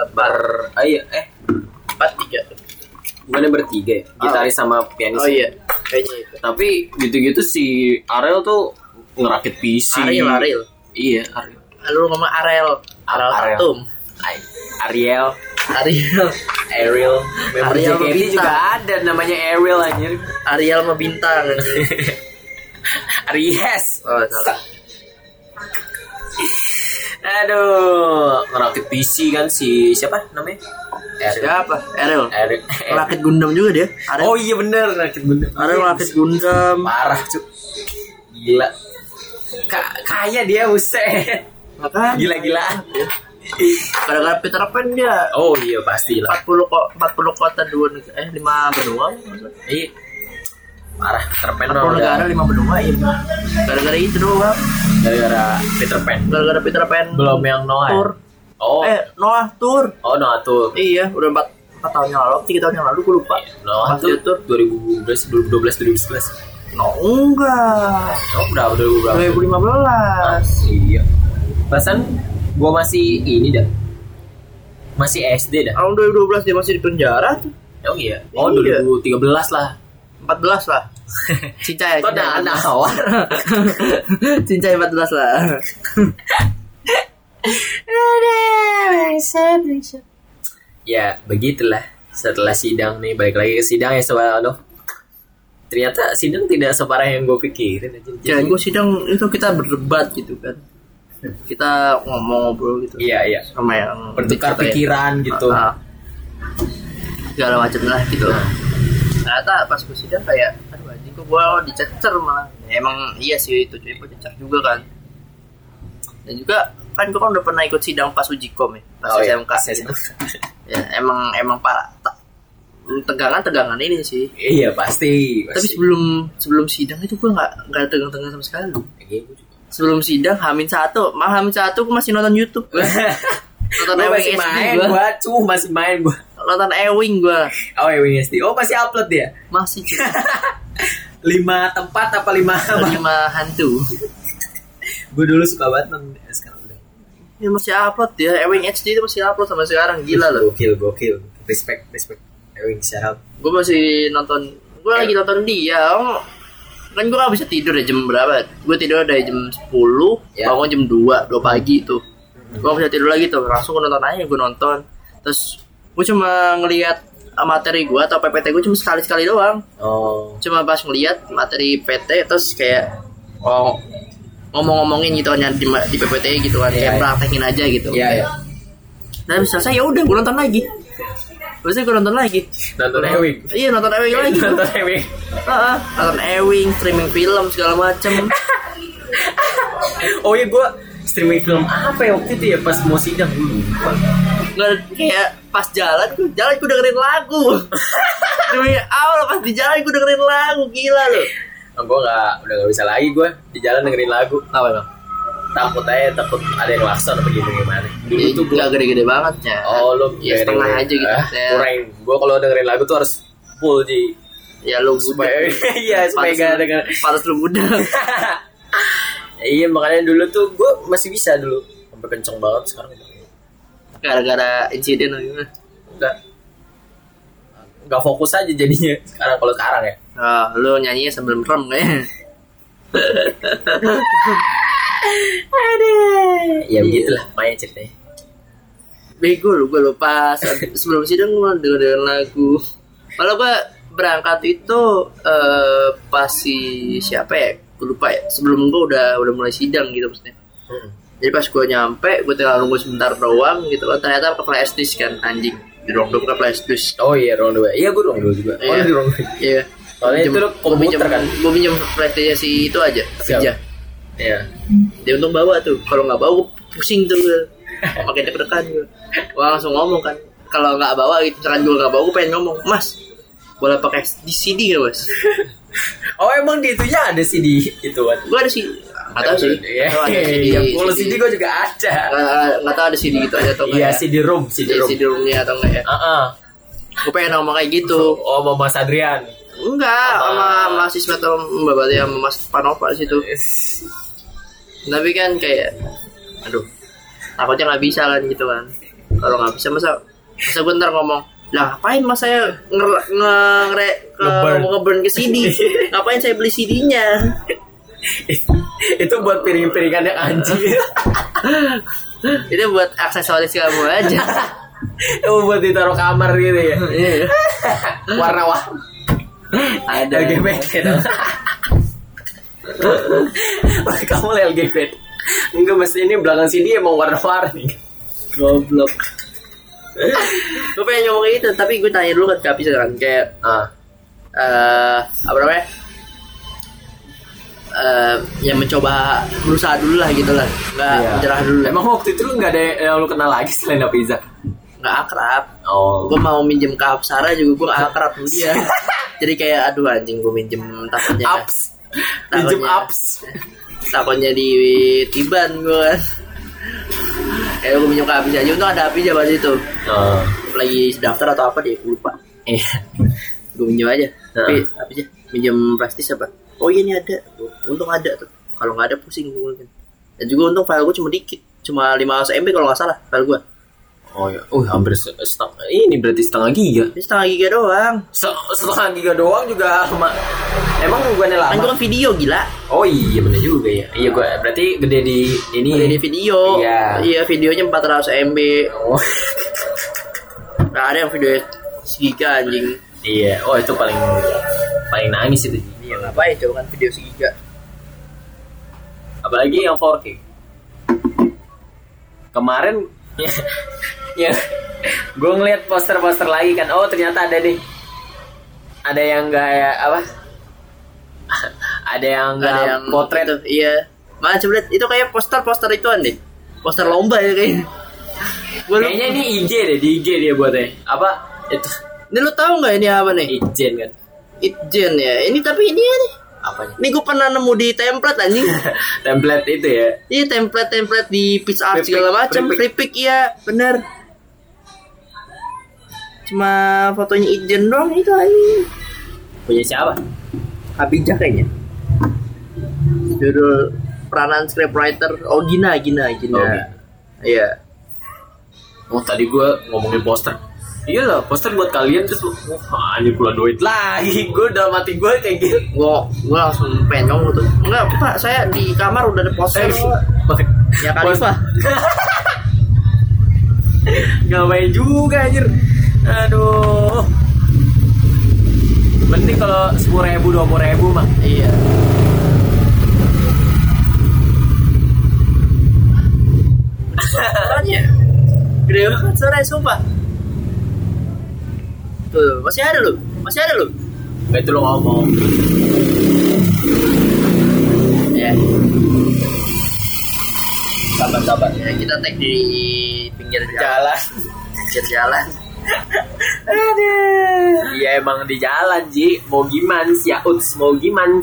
bertiga.
Bukannya bertiga ya? Gitaris sama pianis.
Oh iya, kayaknya itu.
Tapi gitu-gitu si Ariel tuh ngerakit PC.
Ariel.
Iya, Ariel.
Lu ngomong Ariel Tatum.
Ariel. Member JKT juga ada namanya Ariel anjir.
Ariel mah bintang anjir.
Aries.
Oh, salah.
Aduh, ngerakit PC kan si siapa namanya?
Siapa? Ariel. Ngerakit Gundam juga dia.
Ariel. Oh iya bener, ngerakit Gundam.
Ariel ngerakit Gundam.
Parah Cuk. Gila. Kaya dia buset.
Makanya
gila-gilaan.
Gara-gara Peter Pan dia.
Oh iya pastilah.
40 kota 5 benua.
Iya. Parah Peter Pan.
40 negara 5 benua iya. Gara-gara itu doang.
Gara-gara Peter Pan. Belum yang Noah.
Tour.
Oh.
Noah Tour.
Oh Noah Tour.
Iya, udah 4 4 tahun yang lalu, 3 tahun yang lalu gue lupa.
Pas itu 2012, 2011.
No, enggak.
Oh, berapa?
2015.
Iya. Pasan gue masih ini dah. Masih SD dah.
Tahun 2012 dia masih di penjara tuh.
Oh iya. Oh, 2013 lah.
14 lah. Cincai.
Kok ada anak awal.
Cincai 14 lah.
Ya, begitulah. Setelah sidang nih, balik lagi ke sidang ya soal ternyata sidang tidak separah yang gue pikirin aja.
Ya, gue sidang itu kita berdebat gitu kan. Kita ngobrol gitu.
Iya.
Sama yang
bertukar pikiran gitu.
Segala macam lah gitu. Ternyata pas gue sidang kayak aduh anjing gue dicecer malah. Ya, emang iya sih itu gue dicecer juga kan. Dan juga kan gue kan udah pernah ikut sidang pas ujikom ya, pas SMK gitu. Ya emang parah. Tegangan ini sih.
Iya pasti.
Tapi sebelum sidang itu gue nggak tegang-tegang sama sekali. Sebelum sidang H-1 gue masih nonton YouTube. Nonton
Ewing SD gue. Masih main gue.
Nonton Ewing gue.
Oh Ewing SD. Oh masih upload dia?
Masih.
5 tempat apa 5
hantu.
Gue dulu suka banget nonton sekarang udah.
Ya masih upload ya. Ewing HD itu masih upload sampai sekarang. Gila loh.
Gokil. Respect. Ewing shout.
Gue masih nonton. Gue lagi nonton dia. Kan gue gak bisa tidur ya jam berapa. Gue tidur dari jam 10 bangun jam 2 pagi tuh. Gue gak bisa tidur lagi tuh. Langsung gue nonton aja. Gue nonton. Terus gue cuma ngelihat materi gue atau PPT gue cuma sekali doang. Cuma pas ngelihat materi PT. Terus kayak ngomong-ngomongin gitu kan di PPT gitu kan. Kayak praktekin aja gitu. Dan selesai ya udah gue nonton lagi. Terus gue nonton lagi.
Nonton Ewing.
Iya nonton Ewing lagi.
Nonton Ewing.
Nonton Ewing, streaming film segala macem.
Oh iya gue streaming film apa ya waktu itu ya pas mau sidang dulu.
Nggak kayak pas jalan gue dengerin lagu. Demi awal pas di jalan gue dengerin lagu gila loh.
Gue udah nggak bisa lagi gue di jalan dengerin lagu.
Apa bang?
Takut ada yang lakson apa gimana.
Dulu tuh gue gede-gede banget ya.
Oh lu
ya setengah aja gitu.
Kurang. Gue kalau dengerin lagu tuh harus full di.
Ya lu supaya
gak denger.
Pantas lu muda.
Iya makanya dulu tuh gue masih bisa dulu sampai kenceng banget sekarang.
Gara-gara insiden lagi.
Gak fokus aja jadinya sekarang ya.
Lu nyanyinya sambil merem kayaknya.
Ya begitulah makanya ceritanya.
Bego lu gue lupa sebelum sidang gue dengerin lagu. Malah gue berangkat itu pas siapa ya gue lupa ya. Sebelum gue udah mulai sidang gitu maksudnya. Jadi pas gue nyampe gue tinggal nunggu sebentar doang gitu kan. Ternyata ke flash disk kan anjing di ruang 2 ke flash disk.
Oh iya ruang 2. Iya gue ruang 2 juga.
Oh di ruang 2. Iya.
Soalnya itu komputer kan.
Gue pinjam flash disk si itu aja. Aja. Iya. Dia untung bawa tuh. Kalau nggak bawa gue pusing tuh. Makin deg-degan gue. Gue langsung ngomong kan. Kalau nggak bawa gitu, misalkan gue nggak bawa, gue pengen ngomong, Mas, boleh pakai di CD nggak Mas?
Oh emang di itunya ada CD itu kan?
Gue ada CD. Nggak tahu sih.
Kalau CD gue juga ada.
Nggak tahu ada CD gitu aja atau nggak?
Iya CD-ROM.
CD-ROM-nya atau nggak ya? Gue pengen ngomong kayak gitu.
Oh sama Mas Adrian.
Enggak, sama mahasiswa atau Mbak Bati sama Mas Panova di situ. Tapi kan kayak aduh takutnya nggak bisa kan gitu kan. Kalau nggak bisa masa gue ntar ngomong lah ngapain mas saya nge-burn ke CD. Ngapain saya beli CD-nya.
Itu buat piring-piringan yang anjir.
Itu buat aksesoris kamu aja.
Itu buat ditaruh kamar gitu ya. Warna-warna ada LGBT. Kamu LGBT. Enggak mesti ini belakang sini emang warna-warni.
Goblok. Gue pengen ngomong itu tapi gue tanya dulu kan Kapis kan kayak apa namanya? Yang mencoba berusaha dulu lah gitu lah. Enggak menyerah dulu.
Emang waktu itu lu enggak ada yang lu kenal lagi selain Apiza?
Enggak akrab.
Oh.
Gue mau minjem ke Apsara juga gue enggak akrab sama dia. Jadi kayak aduh anjing gue minjem takutnya.
Minjem apps.
Takutnya di tiban gue kan. Kayak gue minjem ke Hafiz aja, untung ada Hafiz pas itu. Lagi daftar atau apa dia, lupa. Gue minjem aja. Tapi Hafiz aja, minjem plastis apa? Oh iya ini ada. Untung ada tuh. Kalau nggak ada pusing gue kan. Dan juga untung file gue cuma dikit, cuma 500 MB kalau nggak salah file gue.
Oh ya, hampir setengah. Ini berarti setengah giga.
Ini setengah giga doang.
Setengah giga doang juga. Emang bukannya lama?
Kan gue kan video gila.
Oh iya benar juga ya. Iya gue berarti gede di ini.
Gede di video.
Iya.
Iya videonya 400 MB.
Oh.
Nah ada yang video segiga anjing.
Iya. Oh itu paling nangis itu.
Iya ngapain coba kan video segiga.
Apalagi yang 4K. Kemarin ya gue ngeliat poster-poster lagi kan. Oh ternyata ada nih. Ada yang kayak apa? Ada yang potret.
Iya. Mana coba lihat itu kayak poster ituan deh. Poster lomba ya kayaknya.
Kayaknya ini IG deh, di IG dia buatnya. Apa itu?
Ini lu tahu nggak ini apa nih?
Ijen kan.
Ijen ya. Ini tapi ini ya nih.
Apanya?
Ini gue pernah nemu di template anjing.
Template itu ya.
Iya template di PixArt segala macam. Flippic iya bener. Cuma fotonya Ijen doang itu anjing.
Punya siapa?
Abijah kayaknya. Judul peranan scriptwriter. Oh Gina. Iya.
Oh tadi gue ngomongin poster. Iya lah, poster buat kalian terus anjir pula duit lagi. Gue dalam hati gue kayak gitu.
Gue langsung pengen ngomong tuh. Enggak, Pak, saya di kamar udah ada poster. Ya Khalifah.
Ngapain juga anjir. Aduh. Mending kalau 10.000 20.000 mah.
Iya. Soalnya gede banget suara sumpah. Tuh, masih ada lu.
Gak itu lo ngomong.
Ya.
Sabar.
Ya, kita tag di pinggir
Jalan.
Aduh.
Iya emang di jalan Ji. Mau gimana sih ya Uts, mau gimana?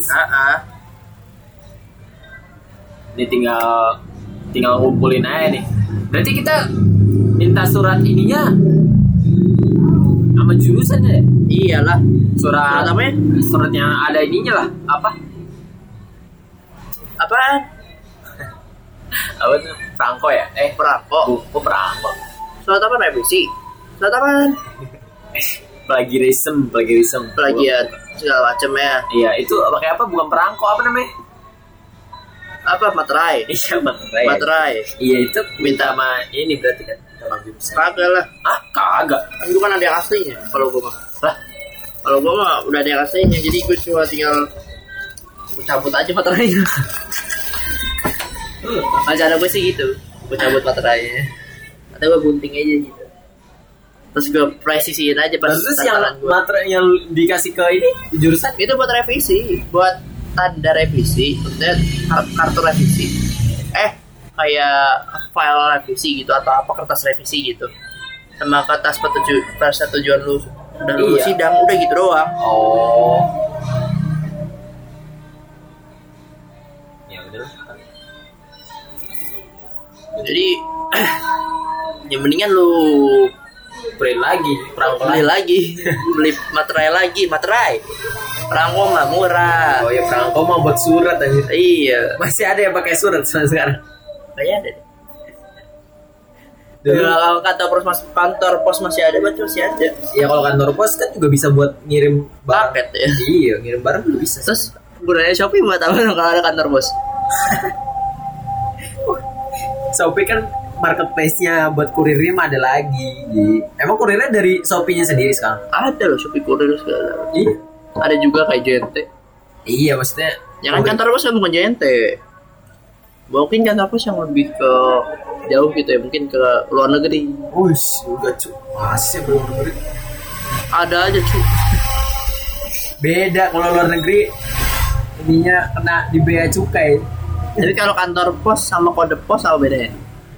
Ini tinggal ngumpulin aja nih. Berarti kita minta surat ininya sama jurusannya ya?
Iyalah.
Surat apa ya? Suratnya ada ininya lah. Apaan? Apa tuh? Perangko ya?
Perangko.
Perangko.
Surat apa revisi? Surat apa?
Plagiarism.
Plagiat segala macam ya.
Iya, itu pakai apa? Bukan perangko, apa namanya?
Apa materai?
Iya, materai. Iya, itu minta sama ini berarti kan.
Kagak lah.
Kagak.
Kan gue kan ada yang aslinya kalau gue mah.
Lah,
kalau gue mah udah ada yang aslinya, jadi gue cuma tinggal cabut aja materainya. Rencana gue sih gitu, gue cabut materainya. Atau gue gunting aja gitu. Terus gue presisiin aja pas.
Terus yang materai yang dikasih ke ini jurusan
itu buat revisi, buat tanda revisi, maksudnya kartu revisi. Kayak file revisi gitu atau apa kertas revisi gitu. Sama kertas persetujuan lu udah lu sidang, udah gitu doang.
Oh. Ya udah.
Jadi ya mendingan lu
print lagi,
beli lagi, beli materai. Perangko mah murah.
Oh ya perangko mah buat surat aja.
Iya.
Masih ada yang pakai surat sekarang.
Kayaknya ada deh. Kalau kantor pos masih ada, berarti masih ada.
Ya kalau kantor pos kan juga bisa buat ngirim
paket ya.
Iya, ngirim barang juga bisa.
Terus gunanya Shopee buat apa kalau ada kantor pos?
Shopee kan marketplace-nya buat kurirnya mah ada lagi. Emang kurirnya dari Shopee-nya sendiri sekarang?
Ada loh Shopee kurir segala.
Iya.
Ada juga kayak JNT.
Iya maksudnya.
Yang kan kantor pos kan bukan JNT. Mungkin kantor pos yang lebih ke jauh gitu ya, mungkin ke luar negeri.
Wush, udah cuy. Masih luar negeri.
Ada aja cuy.
Beda kalau luar negeri ininya kena di bea cukai.
Jadi kalau kantor pos sama kode pos apa bedanya?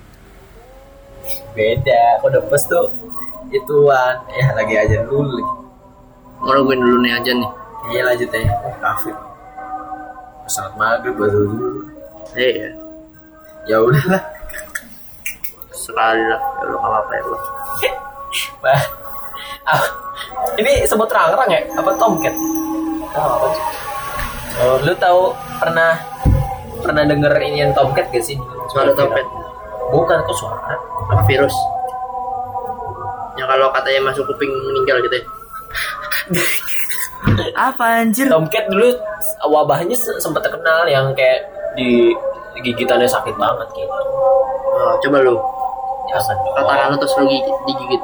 Beda, kode pos tuh ituan. Ya lagi aja dulu lagi.
Ngeluarin dulu nih aja nih.
Iya lanjut ya. Kafe. Salat maghrib baru dulu.
Iya.
Ya udahlah.
sekali lah. Ya Allah nggak apa-apa ya Allah.
Ini sebut rangrang ya? Apa tomcat? Apa sih? Oh, lu tahu pernah denger ini yang tomcat gak sih?
Suara tomcat?
Bukan, kok suara?
Apa virus? Yang kalau katanya masuk kuping meninggal gitu ya. Apa anjir?
Tomcat dulu wabahnya sempat terkenal yang kayak di gigitannya sakit banget gitu.
Oh, coba lu.
Jangan.
Katakan lu terus lu digigit.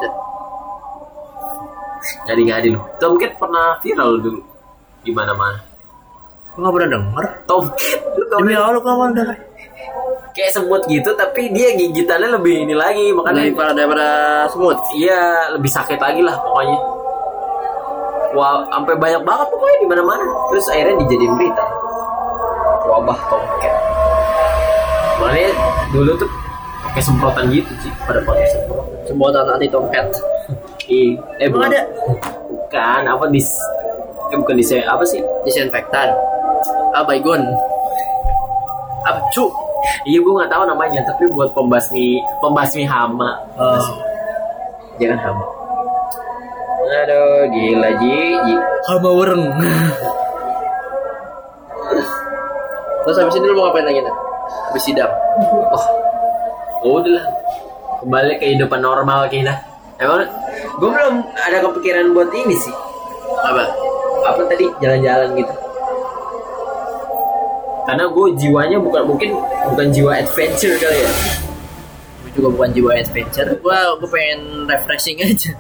Ngadi lu. Tomcat pernah viral dulu di mana-mana.
Gua nggak pernah denger.
Tomcat.
Demi Allah lu nggak pernah denger.
Kayak semut gitu, tapi dia gigitannya lebih ini lagi, makanya
daripada semut.
Iya, lebih sakit lagi lah pokoknya. Wah, sampai banyak banget pokoknya di mana-mana. Terus akhirnya dijadiin berita. Wabah tomcat. Makanya dulu tuh pakai semprotan gitu sih, pada pakai
Semprotan anti tomcat.
Bukan ada. Bukan, apa bukan apa sih?
Disinfektan. Baygon. Apa cu?
Iya, gue nggak tahu namanya, tapi buat pembasmi hama. Jangan hama. Aduh, gila Ji.
Hama wereng. Terus habis ini lu mau ngapain lagi nih? Habis sidang.
Udah lah. Kembali ke kehidupan normal kita. Emang gue belum ada kepikiran buat ini sih. Apa tadi jalan-jalan gitu. Karena gue jiwanya bukan jiwa adventure kali ya.
Gue juga bukan jiwa adventure. Gue pengen refreshing aja.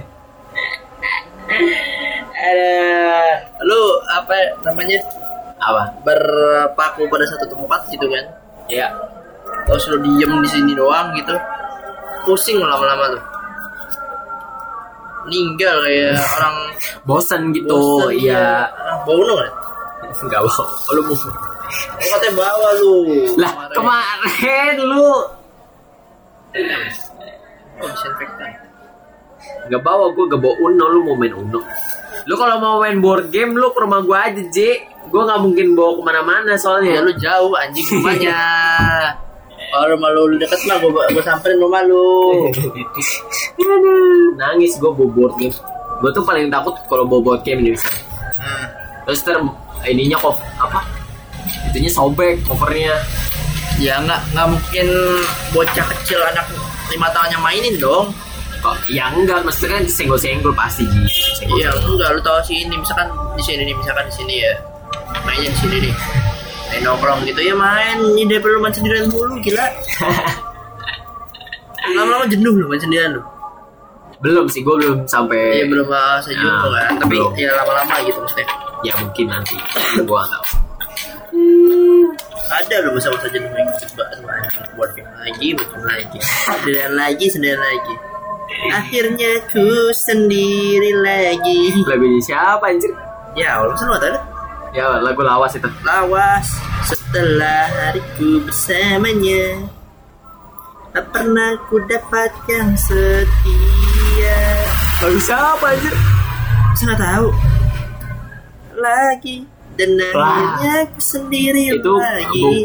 Lu apa namanya?
Apa?
Berpaku pada satu tempat gitu kan?
Iya.
Terus lu diem di sini doang gitu. Pusing lama-lama tuh. Ninggal kayak orang
bosan gitu. Iya.
Bau kan?
Enggak bau. Lu mau
katanya bawa lu.
Lah kemarin lu
disinfektan.
Gak bawa, gue gak bawa Uno. Lu mau main Uno? Lu kalau mau main board game lu ke rumah gue aja, J. Gue gak mungkin bawa kemana-mana soalnya.
Ya lu jauh anjing rumahnya. Kalau rumah lu deket mah gue samperin rumah lu.
Nangis gue bawa board game. Gue tuh paling takut kalau bawa board game nih misalnya. Terus ininya kok apa? Itunya sobek covernya.
Ya nggak mungkin bocah kecil anak 5 tahun yang mainin dong.
Kok ya enggak, maksudnya kan senggol-senggol pasti Ji.
Iya enggak, lu tahu sih ini misalkan di sini ya. Mainnya di sini nih. Main nongkrong gitu ya main. Ini daripada lu main sendirian mulu gila. Lama-lama jenuh lu main sendirian lu.
Belum sih, gue belum sampai.
Iya belum sejuta kan. Tapi belum. Ya lama-lama gitu maksudnya.
Ya mungkin nanti. Gue nggak tahu.
Ada loh masa-masa jenuh yang coba buat game lagi, sendirian lagi. Akhirnya ku sendiri lagi.
Lagunya siapa anjir?
Ya Allah, masa lu tahu?
Ya lagu lawas itu.
Lawas setelah hariku bersamanya, tak pernah ku dapat yang setia.
Lagu siapa anjir?
Saya nggak tahu. Lagi dan akhirnya aku sendiri
itu
lagi.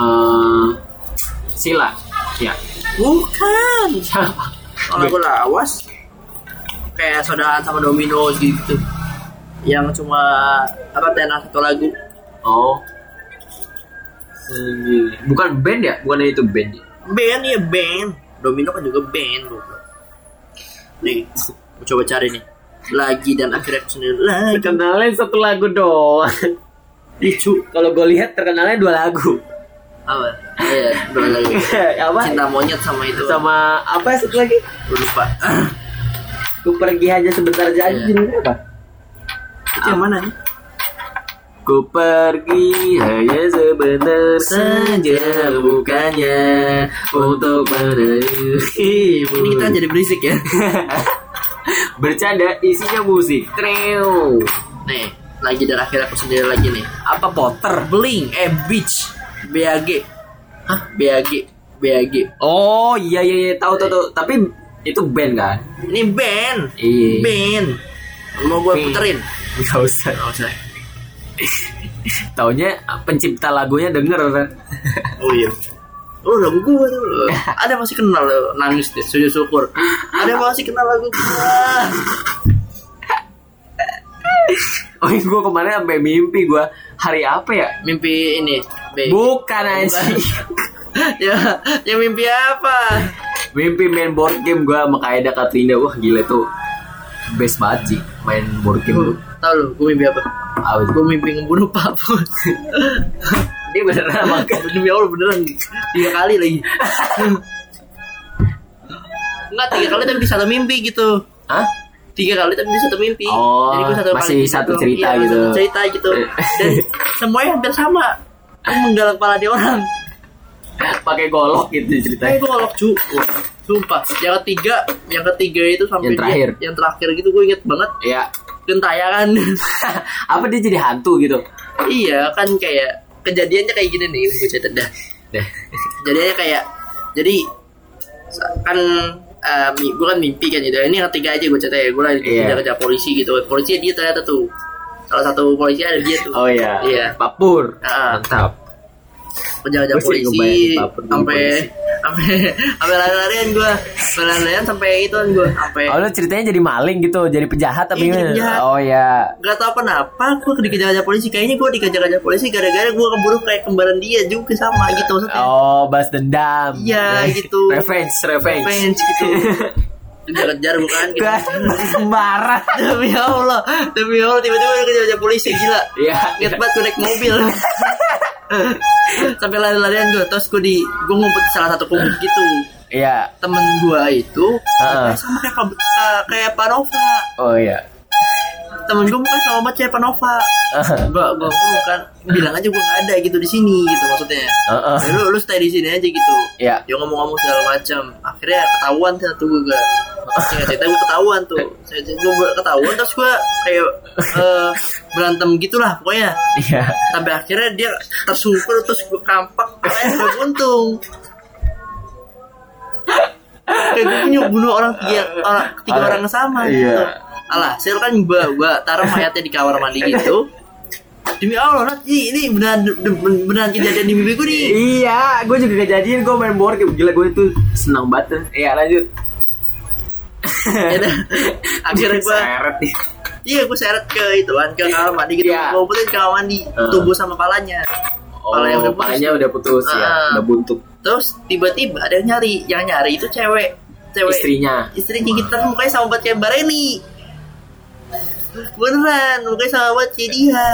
Sila, ya.
Bukan. Kalau lagu lawas kayak saudaraan sama Domino gitu. Yang cuma tenar satu lagu.
Oh. Bukan band ya? Bukan itu band.
Band ya band. Domino kan juga band bro. Nih, coba cari nih. Lagi dan akhirnya aku sendiri lagi.
Terkenalnya satu lagu doang. Lucu. Kalau gue lihat terkenalnya 2 lagu.
Apa? Iya, 2 lagu.
Apa?
Cinta monyet sama itu.
Sama apa satu lagi?
Lupa.
Ku pergi hanya sebentar saja. Apa?
Itu yang mana nih?
Ku pergi hanya sebentar saja, bukannya untuk menemui.
Ini kita jadi berisik ya.
Bercanda isinya musik. Trio.
Nih, lagi dan akhirnya aku sendiri lagi nih.
Apa Potter?
Bling, Beach, BAG. Hah? BAG.
Oh iya tahu. Tapi itu band kan?
Ini band.
Iya.
Band. Mau gue puterin?
Gak usah. Taunya pencipta lagunya denger kan?
Oh iya. Oh lagu gue tuh. Ada masih kenal lo, nangis deh, sujud syukur. Ada masih kenal lagu gue.
Oh, gue kemarin sampai mimpi gue hari apa ya?
Mimpi ini.
Bukan anjing.
ya mimpi apa?
Mimpi main board game gue sama Kaida Katrina. Wah gila tuh, best banget sih main board game tuh.
Tahu lu, gue mimpi apa? Gue mimpi ngebunuh Papua.
Dia beneran makan.
Demi Allah beneran 3 kali lagi. Enggak 3 kali tapi di satu mimpi gitu.
Hah?
3 kali tapi di satu mimpi.
Oh,
jadi gue
masih
kali
satu
gitu.
cerita
iya,
gitu.
Satu cerita gitu. Dan semuanya hampir sama. Aku menggal kepala dia orang.
Pakai golok gitu ceritanya.
Gue golok cu. Sumpah. Yang ketiga itu sampai yang terakhir gitu gue inget banget.
Iya.
Gentayangan.
Apa dia jadi hantu gitu?
Iya kan kayak kejadiannya kayak gini nih, gue cerita dah. Jadinya kayak jadi kan gue kan mimpi kan gitu. Ini yang ketiga aja gue cerita ya. Gue lagi kerja polisi gitu. Polisi dia ternyata tuh salah satu polisi ada dia tuh.
Oh iya. Iya. Papur. Mantap.
Kerja polisi sampai lari-larian gue. Lari-larian sampai itu kan gue. Sampai.
Oh lu ceritanya jadi maling gitu, jadi penjahat apa gimana? Oh ya.
Gak tau kenapa gue dikejar-kejar polisi. Kayaknya gue dikejar-kejar polisi gara-gara gue keburu kayak kembaran dia juga sama gitu maksudnya.
Oh, balas dendam.
Iya gitu.
Revenge
gitu. Kejar-kejar bukan gitu.
Marah.
Demi Allah tiba-tiba dikejar-kejar polisi gila.
Iya.
Ingat banget gue naik mobil. Sampai lari-larian gue. Terus gue ngumpet di salah satu komik gitu.
Iya.
Temen gue itu sama kayak Panova.
Oh iya.
Temen gue bukan sama banget kayak Panova. Gue ngomong kan, bilang aja gue nggak ada gitu di sini gitu maksudnya. Lu stay di sini aja gitu.
Iya.
Dia ngomong segala macam. Akhirnya ketahuan satu gue. Cerita gue ketahuan tuh. Gue ketahuan terus gue kayak berantem gitulah pokoknya.
Iya.
Sampai akhirnya dia tersungkur terus gue kampak. Gue buntung. Kayak gue punya bunuh tiga orang sama gitu. Alhasil kan gue taruh mayatnya di kamar mandi gitu. Demi Allah nanti ini beneran kejadian di mimpi gue nih.
Iya, gue juga kejadian. Gue main board game, gila gue itu senang banget. Iya lanjut.
Akhirnya gue iya gue seret ke kamar mandi gitu. Gue putusin kamar mandi tubuh sama palanya.
Palanya udah putus ya, udah buntuk.
Terus tiba-tiba ada yang nyari itu cewek
istrinya
kita mukanya sama banget kayak Bareni. Beneran mukanya sama banget kayak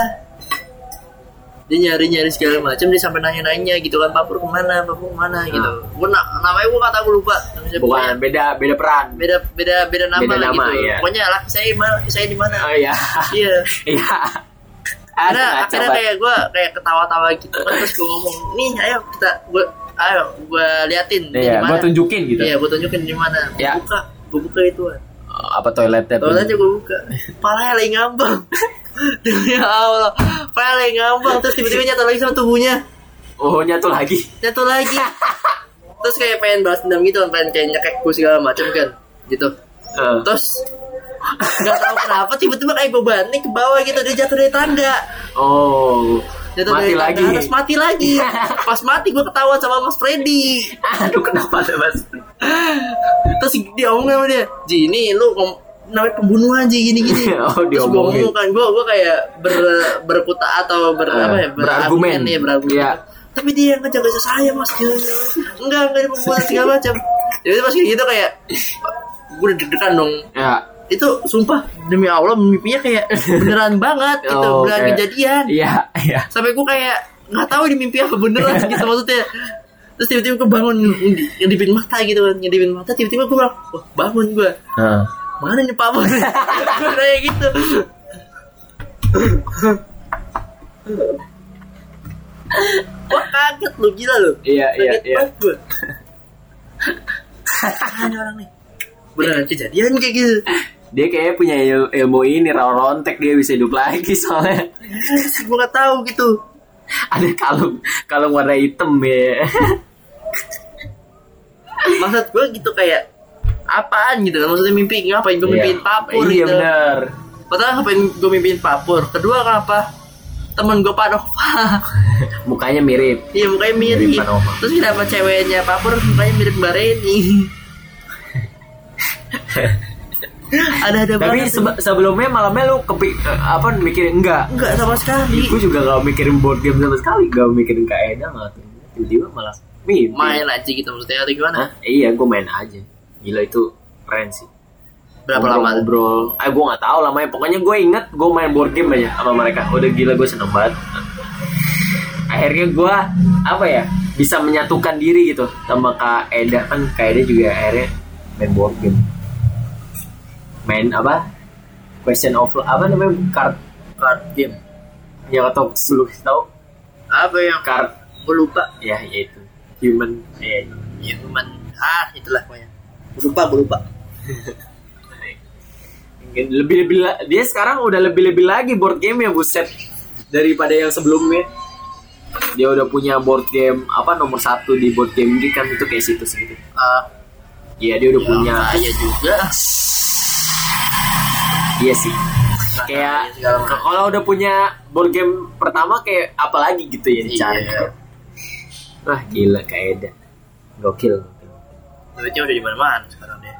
dia nyari segala macam. Dia sampai nanya gitu kan, Papur kemana gitu. Gue namanya gue kata gue lupa.
Bukan beda peran,
beda nama gitu.
Iya.
Pokoknya laki saya di mana?
Oh iya.
Iya. Akhirnya kayak gue kayak ketawa-tawa gitu kan. Terus gue ngomong, nih ayo gue liatin di mana.
Gue tunjukin gitu.
Iya, gue tunjukin di mana. Gue buka itu kan.
Apa toiletnya
gue buka. Palanya lagi ngambang. Demi Allah, palanya lagi ngambang. Terus tiba-tiba nyatu lagi sama tubuhnya.
Oh, nyatu lagi.
Terus kayak pengen balas dendam gitu kan, pengen kayak nyekek gue segala macam kan gitu. Terus gak tahu kenapa tiba-tiba kayak gue balik ke bawah gitu, dia jatuh dari tangga.
Oh, jatuh
mati
dari lagi.
Terus mati lagi. Pas mati gue ketahuan sama Mas Freddy.
Aduh, kenapa tuh Mas?
Terus dia ngomong sama dia, Ji ini lu namanya pembunuhan Ji gini-gini.
Oh,
terus gue ngomong kan, gue kayak berkuta atau berargumen.
Iya.
Tapi dia yang ngejaga saya Mas. Enggak ada pembunuhan segala macam. Jadi pas gitu kayak gue deg-degan dong.
Ya.
Itu sumpah demi Allah mimpinya kayak beneran banget gitu, beneran kejadian.
Iya.
Sampai gue kayak nggak tahu di mimpi apa beneran gitu maksudnya. Terus tiba-tiba gue bangun ngedipin mata gitu kan, tiba-tiba gue bilang, wah bangun gue. Mana nih Pak Bos? Kayak gitu. Wah kaget lu, gila lu.
Iya.
Banget gue. Ini orang nih beneran kejadian kayak gitu.
Dia kayaknya punya ilmu ini, rontek, dia bisa hidup lagi soalnya.
Gue gak tahu gitu.
Ada kalung warna hitam ya.
Maksud gue gitu kayak apaan gitu kan, maksudnya mimpi ngapain gue mimpiin Papur gitu.
Iya benar.
Pertama ngapain gue mimpiin Papur, kedua kenapa temen gue Panova.
Mukanya mirip.
Iya mukanya mirip.
Panova.
Terus kenapa ceweknya Paper mukanya mirip Mbak Reni? Ada
tapi sebelumnya malamnya lu mikirin enggak
sama sekali.
Gue juga gak mikirin board game sama sekali, gak mikirin Kak Eda nggak, tiba-tiba malah
main aja gitu maksudnya atau gimana?
Iya gue main aja, gila itu keren sih.
Berapa lama?
Ngobrol, gue nggak tahu lamanya, pokoknya gue inget gue main board game aja sama mereka, udah gila gue seneng banget. Akhirnya gue bisa menyatukan diri gitu sama Kak Eda, kan Kak Eda juga akhirnya main board game. Main question of card game yang atau dulu tahu
apa yang
card,
gue lupa
ya itu human
itulah pokoknya gue lupa
lebih dia sekarang udah lebih lagi board game ya, buset, daripada yang sebelumnya. Dia udah punya board game nomor 1 di board game ini kan, itu kayak situs gitu. Iya dia udah punya
aja juga.
Iya sih. Kayak kalau udah punya board game pertama kayak apa lagi gitu ya dicari.
Iya.
Wah gila Kak Eda, gokil.
Duitnya udah di mana-mana sekarang deh.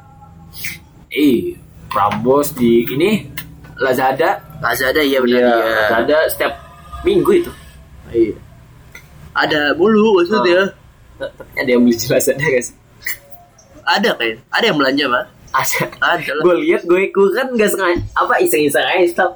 Prambos di ini Lazada
iya benar ya.
Lazada setiap minggu itu.
Iya. Ada mulu maksudnya.
Ada yang beli di Lazada guys.
Ada kan? Ada yang belanja mah. Ada lah.
Gue lihat gue kan nggak sengaja iseng-iseng aja install.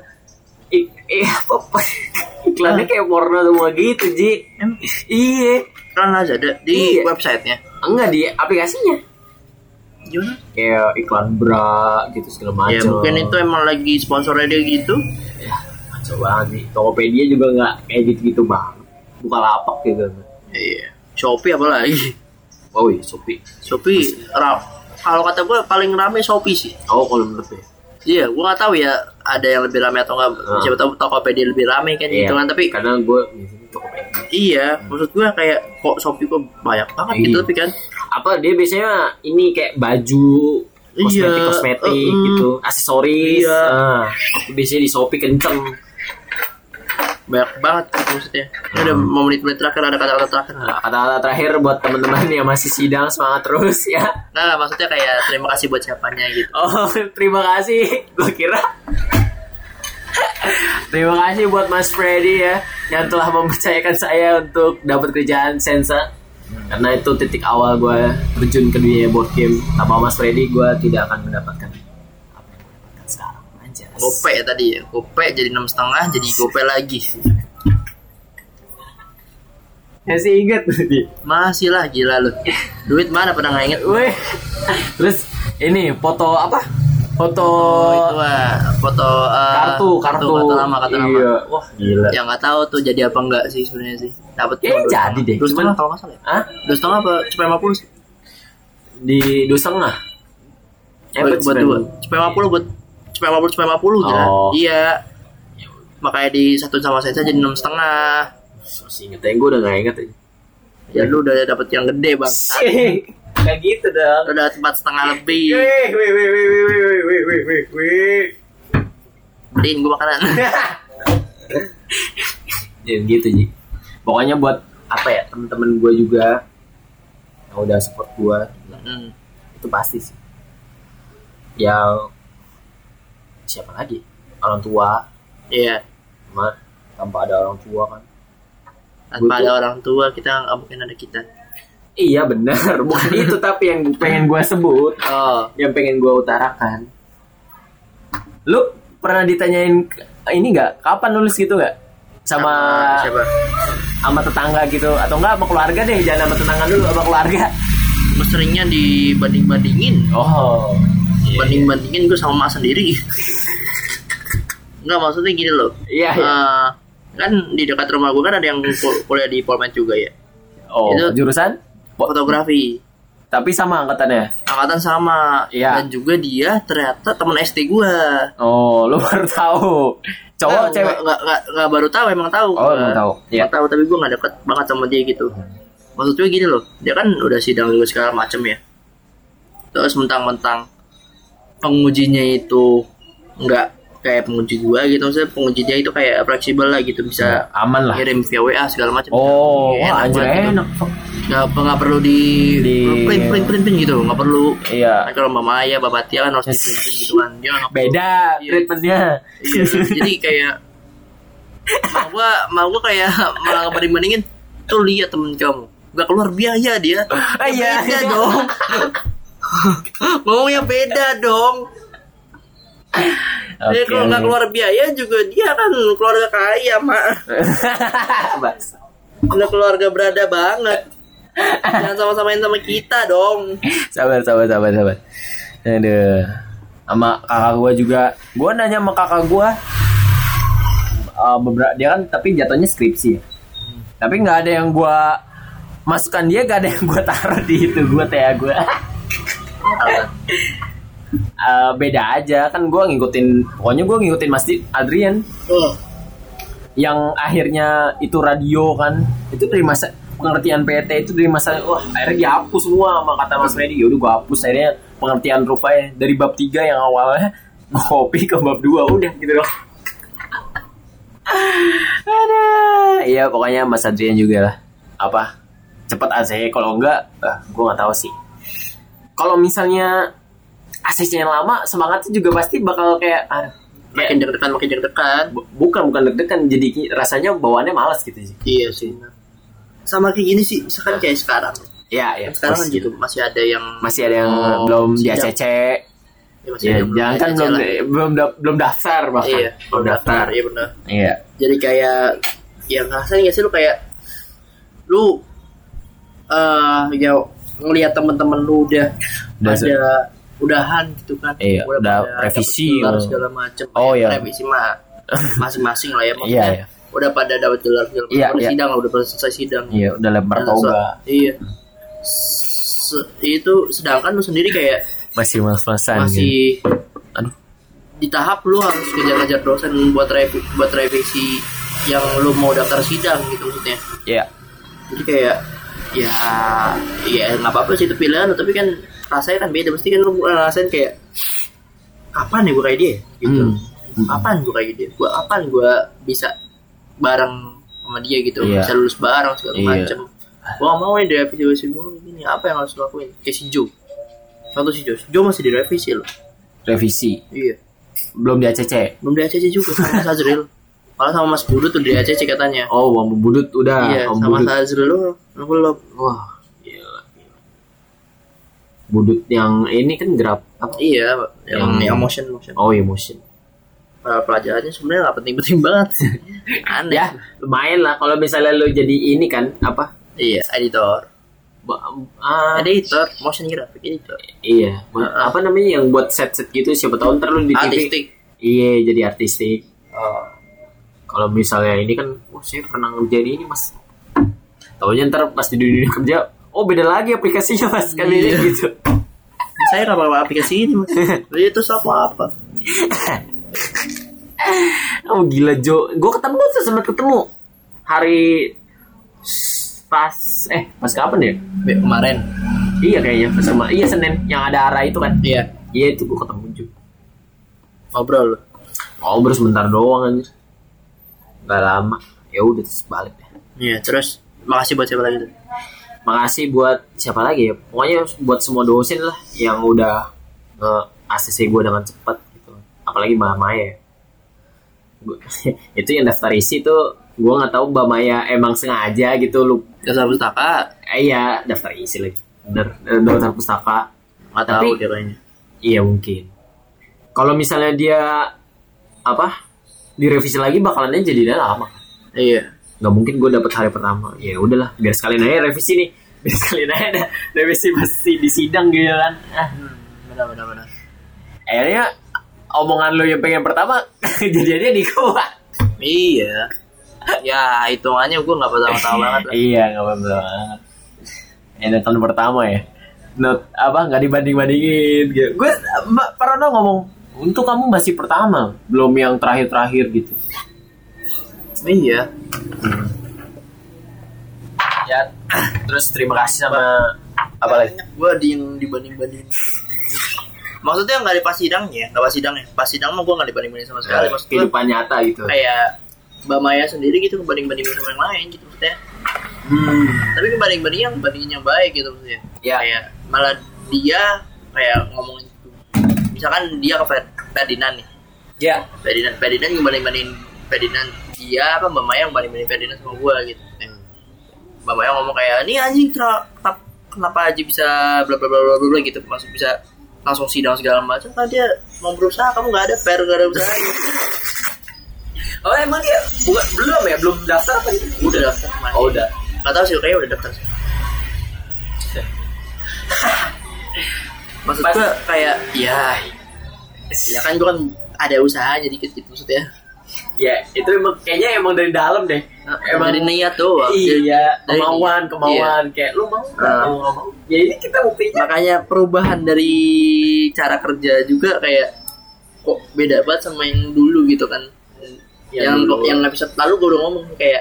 Iklannya kayak porno semua gitu Ji. Iya.
Kan Lazada di websitenya.
Enggak, di aplikasinya.
Gimana?
Kayak iklan bra gitu segala macam.
Ya mungkin itu emang lagi sponsornya dia gitu.
Ya macam banget nih. Tokopedia juga nggak kayak gitu-gitu banget. Bukalapak gitu.
Iya. Shopee apa lagi?
Oh iya Shopee.
Kalau kata gue paling rame Shopee sih.
Oh kalau menurut gue.
Iya, gue nggak tahu ya ada yang lebih rame atau nggak. Siapa tahu Tokopedia lebih rame kan gitu kan. Tapi
karena gue Tokopedia.
Iya, maksud gue kayak kok Shopee kok banyak banget gitu tapi kan.
Dia biasanya ini kayak baju, kosmetik gitu, aksesoris.
Iya.
Biasanya di Shopee kenceng.
Banyak banget gitu maksudnya. Ini udah mau menit-menit terakhir, ada kata-kata terakhir.
Kata-kata terakhir buat teman-teman yang masih sidang, semangat terus ya.
Nah maksudnya kayak terima kasih buat siapanya gitu.
Oh terima kasih. Gue kira terima kasih buat Mas Freddy ya, yang telah mempercayakan saya untuk dapat kerjaan Sensa. Karena itu titik awal gue terjun ke dunia board game. Tanpa Mas Freddy gue tidak akan mendapatkan apa yang gue dapatkan sekarang.
Gope ya tadi ya, gope jadi 6,5 jadi gope lagi.
Masih ingat tadi?
Masih lah, gila lu. Duit mana pernah nggak inget?
Weh. Terus ini foto apa? Foto kartu
nama.
Iya. Wah gila.
Yang nggak tahu tuh jadi apa enggak sih sebenarnya sih. Dapat
jadi deh.
2,5 kalau nggak salah ya?
Hah?
2,5 apa cepet 50 sih?
Di 2,5.
Buat 2. Cepet 50 buat cepet 50 gitu. Iya. Makanya di satu sama saya jadi 6,5.
Masih inget gue udah gak inget aja.
Ya lu udah dapet yang gede bang.
Gak gitu dong.
Udah 4,5 lebih. Beliin gue makanan.
Ya gitu Ji. Pokoknya buat temen-temen gue juga yang udah support gue, itu pasti sih. Yang siapa lagi? Orang tua.
Iya.
Tanpa ada orang tua kan.
Tanpa ada orang tua kita nggak mungkin ada kita.
Iya benar, bukan itu tapi yang pengen gue sebut. Yang pengen gue utarakan. Lu pernah ditanyain ini nggak? Kapan lulus gitu nggak? Sama
siapa?
Sama tetangga gitu atau enggak sama keluarga deh, jangan sama tetangga dulu, sama keluarga.
Gue seringnya dibanding-bandingin.
Iya.
Banding-bandingin gue sama mak sendiri. Enggak, maksudnya gini loh.
Iya.
Kan di dekat rumah gue kan ada yang kuliah di Polmed juga ya.
Itu jurusan
fotografi.
Tapi sama angkatannya?
Angkatan sama.
Iya.
Dan juga dia ternyata teman SD gue.
Lu baru tahu. Cowok cewek?
Nggak baru tahu, emang tahu.
Emang tahu.
Iya. Tahu, tapi gue nggak deket banget sama dia gitu. Maksudnya gini loh, dia kan udah sidang juga segala macem ya. Terus mentang-mentang pengujinya itu nggak kayak pengunci gua gitu, maksudnya pengunci dia itu kayak fleksibel lah gitu, bisa
aman lah.
kirim via WA segala macam.
Oh, wah, anjir
banget gitu.
enak.
Nggak perlu di print gitu, nggak perlu.
Iya.
Kan kalau Mama Ayah, Bapak Tia kan harus di print gitu kan, dia nggak perlu.
Beda treatmentnya.
Iya, jadi kayak mau gua kayak malah banding-bandingin, tuh lihat temen kamu nggak keluar biaya dia.
Iya.
Beda dong. Ngomongnya beda dong. Dia kalau nggak keluar biaya juga dia kan keluarga kaya, Mak. Udah keluarga berada banget. Jangan sama-samain sama kita dong.
Sabar. Aduh. Sama kakak gue juga. Gue nanya sama kakak gue. Beberapa dia kan tapi jatuhnya skripsi ya. Tapi nggak ada yang gue masukkan dia, nggak ada yang gue taruh di itu gue gue. Beda aja kan, gue ngikutin Mas Adrian yang akhirnya itu radio kan, itu dari masa pengertian PT itu dari masa akhirnya dihapus semua sama kata Mas Medi. Yaudah gue hapus, akhirnya pengertian rupanya dari bab 3 yang awalnya kopi ke bab 2 udah gitu loh. Iya pokoknya Mas Adrian juga lah apa cepet AC, kalau enggak gue nggak tahu sih. Kalau misalnya ACC-nya lama, semangatnya juga pasti bakal kayak
makin deg-degan.
Bukan deg-degan, jadi rasanya bawaannya malas gitu sih.
Iya sih. Sama kayak gini sih, misalkan kayak sekarang.
Iya.
Sekarang kan gitu masih ada yang
belum di ACC. Ya, jangan kan belum daftar bahkan.
Iya, belum daftar. Iya benar.
Iya.
Jadi kayak yang ngerasain nggak sih lu kayak lu ya ngelihat teman-teman lu udah ada udahan gitu kan,
udah revisi
segala macam. Revisi mah masing-masing lah ya, maksudnya udah pada dapat gelar sidang lah, udah selesai sidang.
Iya, udah lempar toga.
Iya. Itu sedangkan lu sendiri kayak
masih mas-masan.
Masih di tahap lu harus kejar-kejar dosen buat revisi yang lu mau daftar sidang gitu maksudnya.
Iya.
Jadi kayak ya nggak apa-apa sih itu pilihan, tapi kan rasanya kan beda. Pasti kan lu ngerasain kayak kapan nih gue kayak dia gitu. Kapan gue kayak dia, kapan gue bisa bareng sama dia gitu, bisa lulus bareng segala macam. Gue gak mau nih di revisi ini, apa yang harus lakuin kayak si Jo. Contoh si Jo masih direvisi loh. Revisi? Iya. Belum di ACC juga sama Mas Azril. Malah sama Mas Budut tuh di ACC katanya. Oh, Bang Budut udah. Iya, sama Mas Azril lo belum. Wah, gila. Budut yang ini kan grab apa? Iya, yang motion. Oh, iya motion. Pelajarannya sebenarnya nggak penting-penting banget. Aneh. Ya, lumayan lah kalau misalnya lo jadi ini kan apa? Iya, editor, motion graphic editor. Iya, apa namanya yang buat set gitu, siapa tahu ntar lu di TV. Artistik. Iya, jadi artistik. Kalau misalnya ini kan, saya pernah ngerjain ini Mas. Taunya ntar pas di dunia kerja, beda lagi aplikasinya Mas kali ini gitu. Saya nggak bawa aplikasi ini Mas. Itu apa? Gila Jo, gue sempat ketemu hari pas kapan ya? Kemarin. Iya kayaknya pas Senin yang ada arah itu kan. Iya itu gue ketemu juga. Ngobrol sebentar doang anjir. Gak lama. Ya udah terus balik deh. Iya, terus makasih buat siapa lagi tuh? Makasih buat siapa lagi ya? Pokoknya buat semua dosen lah yang udah nge-ACC gue dengan cepat gitu. Apalagi Mbak Maya. Itu yang daftar isi tuh gue nggak tahu Mbak Maya emang sengaja gitu lu daftar pustaka. Iya, daftar isi lagi. Bener, daftar pustaka. Nggak tahu dia kayaknya. Iya mungkin. Kalau misalnya dia direvisi lagi bakalannya jadinya lama. Iya. Nggak mungkin gue dapet hari pertama. Ya udahlah, biar sekalian aja revisi nih. Biar sekalian aja ada revisi masih di sidang gitu kan. Benar. Akhirnya omongan lo yang pengen pertama jadinya di gua. Iya. Ya hitungannya gue nggak tahu banget lah. Iya nggak tahu banget. Ini tahun pertama ya. Nggak dibanding-bandingin gitu. Gue Parono ngomong untuk kamu masih pertama, belum yang terakhir gitu. Iya. Ya terus terima kasih sama apa lagi? Gue dibanding-bandingin. Maksudnya nggak di pas sidangnya, nggak pas sidangnya. Pas sidang mah gue nggak dibanding-bandingin sama sekali. Maksud
kehidupan nyata gitu.
Kayak Mbak Maya sendiri gitu ngebanding-bandingin sama yang lain gitu maksudnya. Tapi bandingin yang baik gitu maksudnya.
Ya.
Kayak malah dia kayak ngomongin gitu. Misalkan dia ke Ferdinand nih.
Ya.
Ferdinand ngebanding-bandingin Ferdinand dia apa Mbak Maya ngebanding-bandingin Ferdinand sama gue gitu. Mbak Maya ngomong kayak, "Nih anjing kenapa Haji bisa bla bla bla bla bla gitu, masuk bisa langsung sidang segala macam." Kan dia mau berusaha, kamu nggak ada fair, nggak ada usaha.
Oh emang dia belum daftar apa gitu?
Udah daftar kemarin.
Oh udah.
Nggak tahu sih kayaknya udah daftar sih. Maksud gue kayak ya kan gue kan ada usahanya dikit gitu maksudnya.
Ya itu kayaknya emang dari dalam deh.
Emang dari niat tuh.
Iya. Kemauan
iya.
Kayak lu mau mau. Ya ini kita buktinya.
Makanya perubahan dari cara kerja juga kayak kok beda banget sama yang dulu gitu kan. Yang episode lalu gue udah ngomong kayak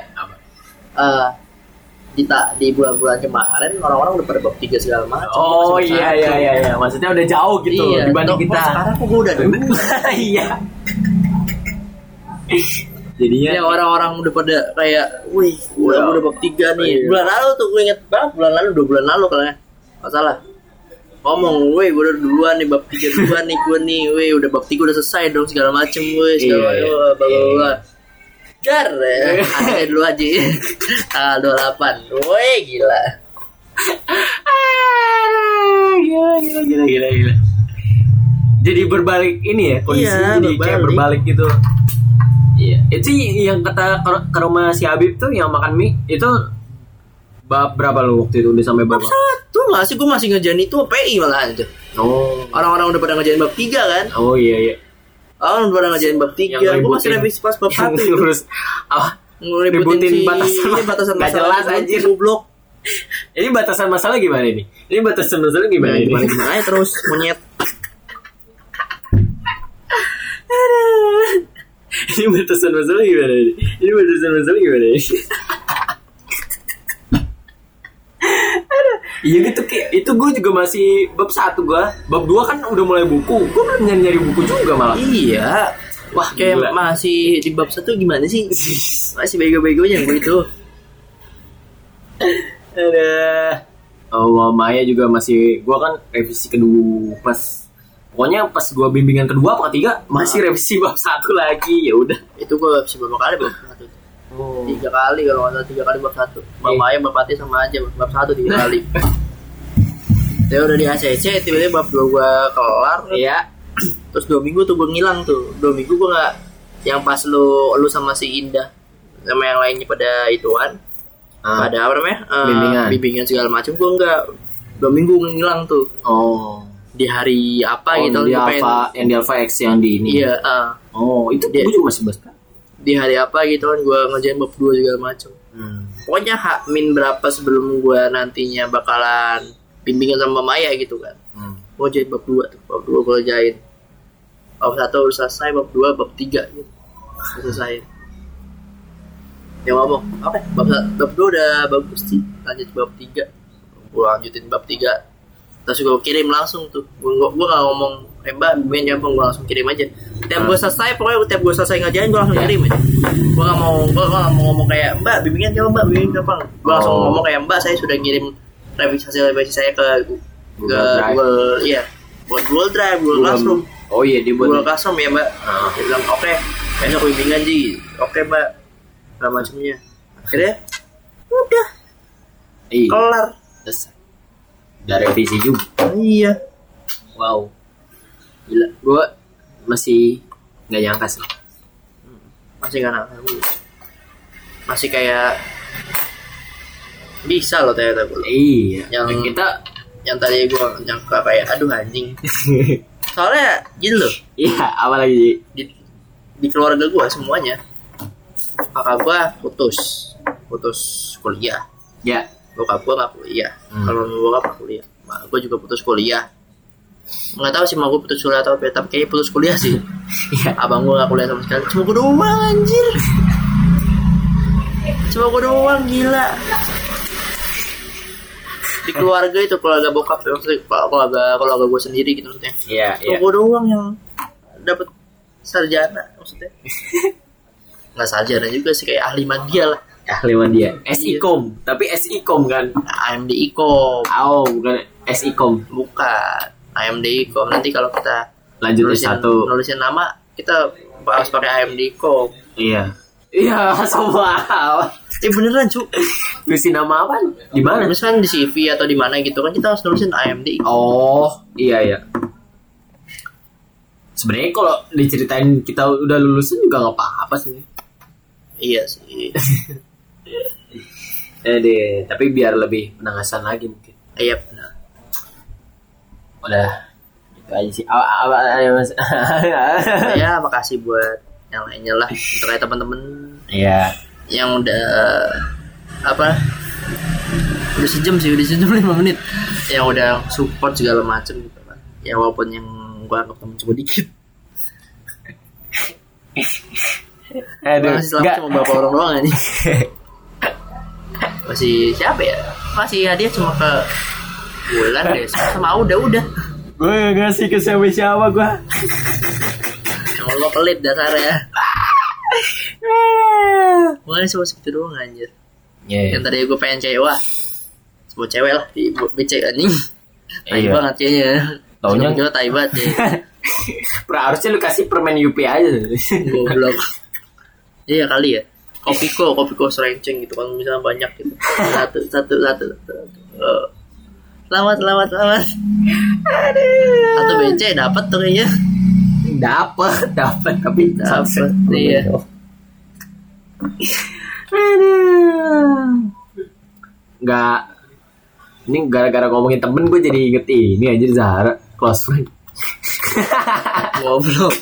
di bulan-bulan kemarin orang-orang udah pada bab 3 segala macam.
Oh iya. Maksudnya udah jauh gitu dibanding kita.
Sekarang kok gue udah dulu.
Iya. Jadinya
ya orang-orang udah pada kayak, wih, udah bab 3 nih. Iya. Bulan lalu tuh gue inget banget, 2 bulan lalu kalau nggak salah. Ngomong, weh, gue udah duluan nih, bab 3 duluan nih, gue nih, weh, udah bab 3 udah selesai dong, segala macem, weh, segala macem, bla. Jar, anaknya dulu aja, tanggal 28, weh, gila.
Gila. Jadi berbalik ini ya, kondisinya jadi kayak berbalik gitu. Iya, itu yang kata ke rumah si Habib tuh yang makan mie itu bab berapa lu waktu itu udah sampai berapa?
Tuh nggak sih, gue masih ngerjain itu PI malahan tuh.
Oh.
Orang-orang udah pada ngerjain bab 3 kan?
Oh iya.
Orang udah pada ngerjain bab 3. Gue masih revisi pas bab 1 itu.
Terus
ngeributin batasan masalah
anjir.
Goblok.
Ini batasan masalah gimana ini? Ini batasan masalah gimana ini?
Gimana terus monyet.
Ini batasan masalah gimana ini? Iya gitu kayak itu gue juga masih bab 1 gue. Bab 2 kan udah mulai buku. Gue belum nyari buku juga malah.
Iya. Wah kayak gila. Masih di bab 1 gimana sih? Masih bego-begonya gue itu.
Ada. Oh Maya juga masih. Gue kan revisi kedua pokoknya pas gue bimbingan kedua apa ketiga masih revisi bab 1 lagi. Ya udah.
Itu gue revisi berapa kali bab 1. 3 kali kalau nggak salah 3 kali bab 1. Bab Maya bab Pati sama aja bab 1 3 kali. Dia udah di ACC tiba-tiba bab 2 gue kelar.
Iya.
Terus 2 minggu tuh gue ngilang tuh. 2 minggu gue nggak yang pas lu sama si Indah sama yang lainnya pada ituan. Pada apa namanya? Bimbingan segala macam gue enggak. 2 minggu ngilang tuh.
Oh.
Di hari apa gitu
di Alpha, yang di Alpha X yang di ini.
Iya,
Oh, itu gue juga masih bahas kan.
Di hari apa gitu kan gue ngerjain bab 2 segala macam. Pokoknya min berapa sebelum gue nantinya bakalan bimbingan sama Maya gitu kan. Gue ngerjain bab 2 tuh. Bab 2 gue ngerjain. Bab 1 udah selesai, bab 2, bab 3 gitu. Udah selesai. Dia ngomong, oke, bab 2 udah bagus sih. Lanjut bab 3. Gue lanjutin bab 3. Terus gue kirim langsung tuh. Gue gak ngomong, Mbak, bimbingan gampang, gue langsung kirim aja. Tiap gue selesai, pokoknya tiap gue selesai ngerjain, gue langsung kirim aja. Gue gak mau ngomong kayak, Mbak, bimbingan gampang, gue langsung ngomong kayak, Mbak, saya sudah ngirim revisi saya ke Google, iya, buat Google Drive, Google Classroom.
Oh iya, di
Google Classroom ya, Mbak. Dia bilang, oke, besok bimbingan Ji, oke, Mbak, segala macamnya. Akhirnya, udah, kelar.
Udah revisi juga.
Iya.
Wow. Gila, gue masih nggak nyangka sih.
Masih nggak nyangka. Masih kayak bisa loh ternyata gue.
Iya.
Yang tadi gue nyangka kayak aduh anjing. Soalnya gini loh.
Iya, apalagi
di keluarga gue semuanya. Kakak gue putus kuliah.
Ya.
Bokap gue nggak kuliah. Kalau bokap nggak kuliah. Mak gue juga putus kuliah. Nggak tahu sih mau gue putus kuliah atau apa, tapi kayaknya putus kuliah sih. Abang gue nggak kuliah sama sekali, cuma gue doang anjir. Cuma gue doang, gila. di keluarga itu, keluarga bokap ya, maksudnya keluarga gue sendiri gitu maksudnya.
Iya.
Gue doang yang dapat sarjana maksudnya. Nggak sarjana juga sih, kayak ahli media lah.
Ahli media. SIKOM, tapi SIKOM kan.
AMD IKOM.
Oh, bukan SIKOM.
Bukan. AMD IKOM. Nanti kalau kita
Lanjut satu.
nulisin nama, kita harus pakai AMD IKOM.
Iya. Iya, semua.
Beneran cu.
Nulisin nama apa? Di mana?
Misalkan di CV atau di mana gitu kan kita harus nulisin AMD IKOM.
Oh, iya. Sebenarnya kalau diceritain kita udah lulusan juga nggak apa-apa sebenarnya.
Iya sih.
Tapi biar lebih penangasan lagi mungkin.
Iya benar.
Udah itu aja sih. Mas.
Ya makasih buat yang lainnya lah, untuk kayak teman-teman.
Iya.
Yang udah udah sejam 5 menit. Yang udah support segala macam gitu kan. Ya walaupun yang gua anggap temen cuma dikit. Masih cuma beberapa orang doang aja. Masih siapa ya? Masih hadiah cuma ke Bulan deh, sama udah.
Gue gak ngasih ke siapa gue.
Yang lo pelit dasarnya. Gue cuma segitu doang anjir. Yang tadi gue pengen cewek, sebut cewek lah di becek anjing. Tai banget kayaknya. Taunya gue tai banget ya.
Harusnya lu kasih permen Yupi aja.
Goblok. Iya kali ya. Kopiko serenceng gitu kan, misalnya banyak gitu. Satu. Selamat. Aduh. Satu BC dapat tuh kayaknya.
Dapat tapi
dapat. Iya.
Aduh. Enggak. Ini gara-gara ngomongin temen gue jadi inget ini aja Zahara, close friend.
Goblok.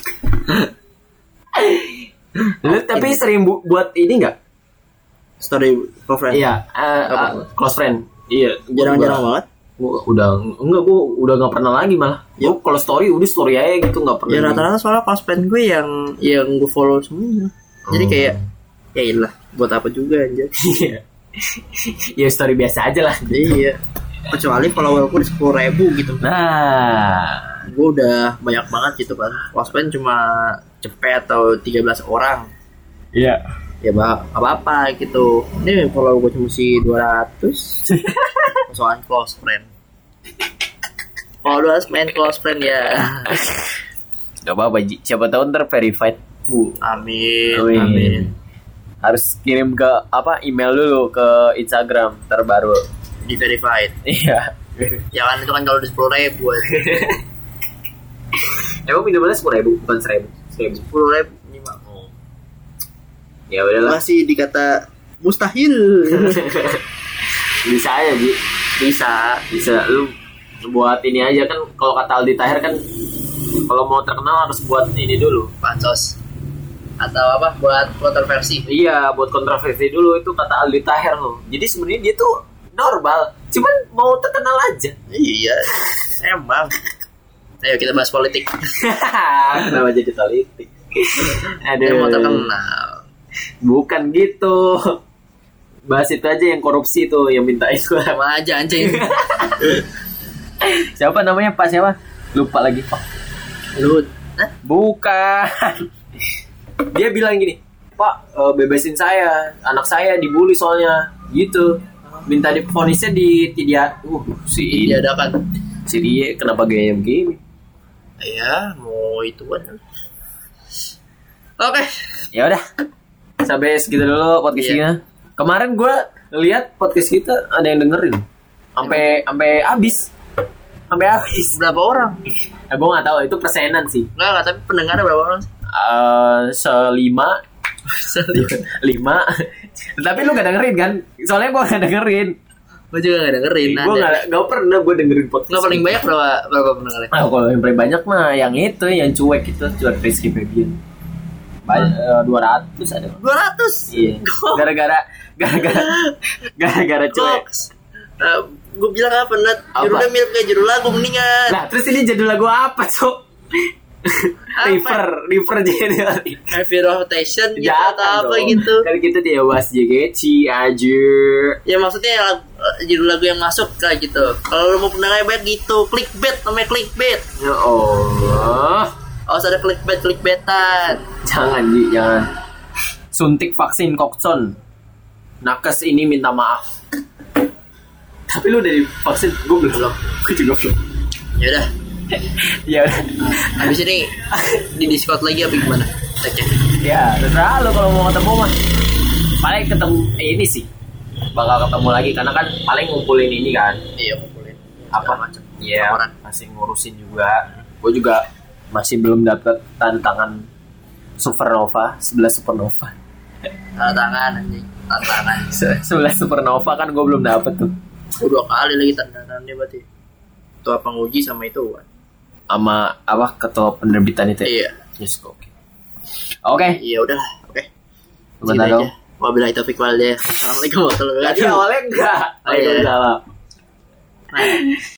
Lu tapi sering buat ini enggak?
Story close friend.
Iya, close friend. Iya,
jarang-jarang banget.
Gue udah nggak pernah lagi malah. Gue kalau story aja gitu, nggak pernah.
Ya rata-rata soalnya close friend gue yang gue follow semua. Jadi kayak ya iyalah, buat apa juga anjir.
Iya. Ya story biasa aja lah.
Iya. Kecuali follower gue 10.000 gitu.
Nah,
gue udah banyak banget gitu kan. Close friend cuma cepet atau 13 orang.
Iya.
Ya apa-apa gitu. Ini follower gue cuma 200. Soal close friend. Kalau lu harus main close friend ya.
Gak apa-apa Ji. Siapa tahu ntar verified.
Amin.
Harus kirim ke email dulu ke Instagram terbaru.
Di verified.
Iya.
Ya kan itu kan kalau udah 10.000 aja.
Emang minimalnya 10.000 bukan 1.000.
10.000 minimal.
Ya udahlah.
Masih dikata mustahil.
Bisa aja Ji. Bisa. Lu buat ini aja kan, kalau kata Aldi Tahir kan kalau mau terkenal harus buat ini dulu,
pansos atau buat kontroversi.
Iya, buat kontroversi dulu, itu kata Aldi Tahir loh. Jadi sebenarnya dia tuh normal, cuman mau terkenal aja.
Iya, emang. Ayo kita bahas politik.
Kenapa jadi politik?
Dia mau terkenal.
Bukan gitu. Bahas itu aja yang korupsi tuh, yang minta itu.
Sama aja anjing.
Siapa namanya Pak siapa? Lupa lagi Pak.
Lut.
Bukan. Dia bilang gini, Pak bebasin saya, anak saya dibully soalnya. Gitu. Minta diponisnya si dia kenapa gayanya begini?
Ya mau itu kan. Oke.
Ya udah. Sampai segitu dulu podcastnya. Kemarin gue lihat podcast kita ada yang dengerin sampai habis.
Berapa orang?
Gue nggak tahu, itu persenan sih.
Nggak, tapi pendengarnya berapa orang?
5. Tapi lu nggak dengerin kan? Soalnya gue nggak dengerin.
Gue juga nggak dengerin.
Gue nggak pernah gue dengerin podcast.
Nggak, paling banyak berapa pendengarnya?
Kalau yang paling banyak mah yang itu, yang cuek Rizky Febian. 200 ada.
200?
Iya. Gara-gara cuek.
Gue bilang apa Nat? Judulnya mirip kayak judul lagu mendingan.
Nah terus ini judul lagu apa Cok? River jadi
Heavy Rotation gitu
jangan
atau apa
dong.
gitu.
Kan kita dia bahas JGC aja.
Ya maksudnya judul lagu yang masuk kayak gitu. Kalau lu mau pendengarnya banyak gitu, clickbait namanya clickbait.
Ya Allah.
Harus ada clickbaitan.
Jangan Ji, jangan. Suntik vaksin Coxon. Nakes ini minta maaf. Tapi lu dari vaksin gue belum. Gue juga belum.
Ya udah.
Ya.
Habis ini di Discord lagi apa gimana? Oke.
Ya, terserah lu kalau mau ketemu mah. Paling ketemu ini sih. Bakal ketemu lagi karena kan paling ngumpulin ini kan.
Iya, ngumpulin
Apa
macam.
Iya, masih ngurusin juga. Gue juga masih belum dapet tantangan Supernova, 11 Supernova.
Tangan anjing. Tantangan.
11 Supernova kan gue belum dapet tuh.
Dua kali lagi tantangannya berarti. Ketua penguji sama itu kan.
Sama apa ketua penerbitan itu?
Iya.
Yes, oke. Oke.
Iya udah, oke.
Sebentar dong.
Wabillahi taufiq wal hidayah. Assalamualaikum warahmatullahi wabarakatuh.
Tadi awalnya enggak.
Oh, iya.
Waalaikumsalam.
Nah.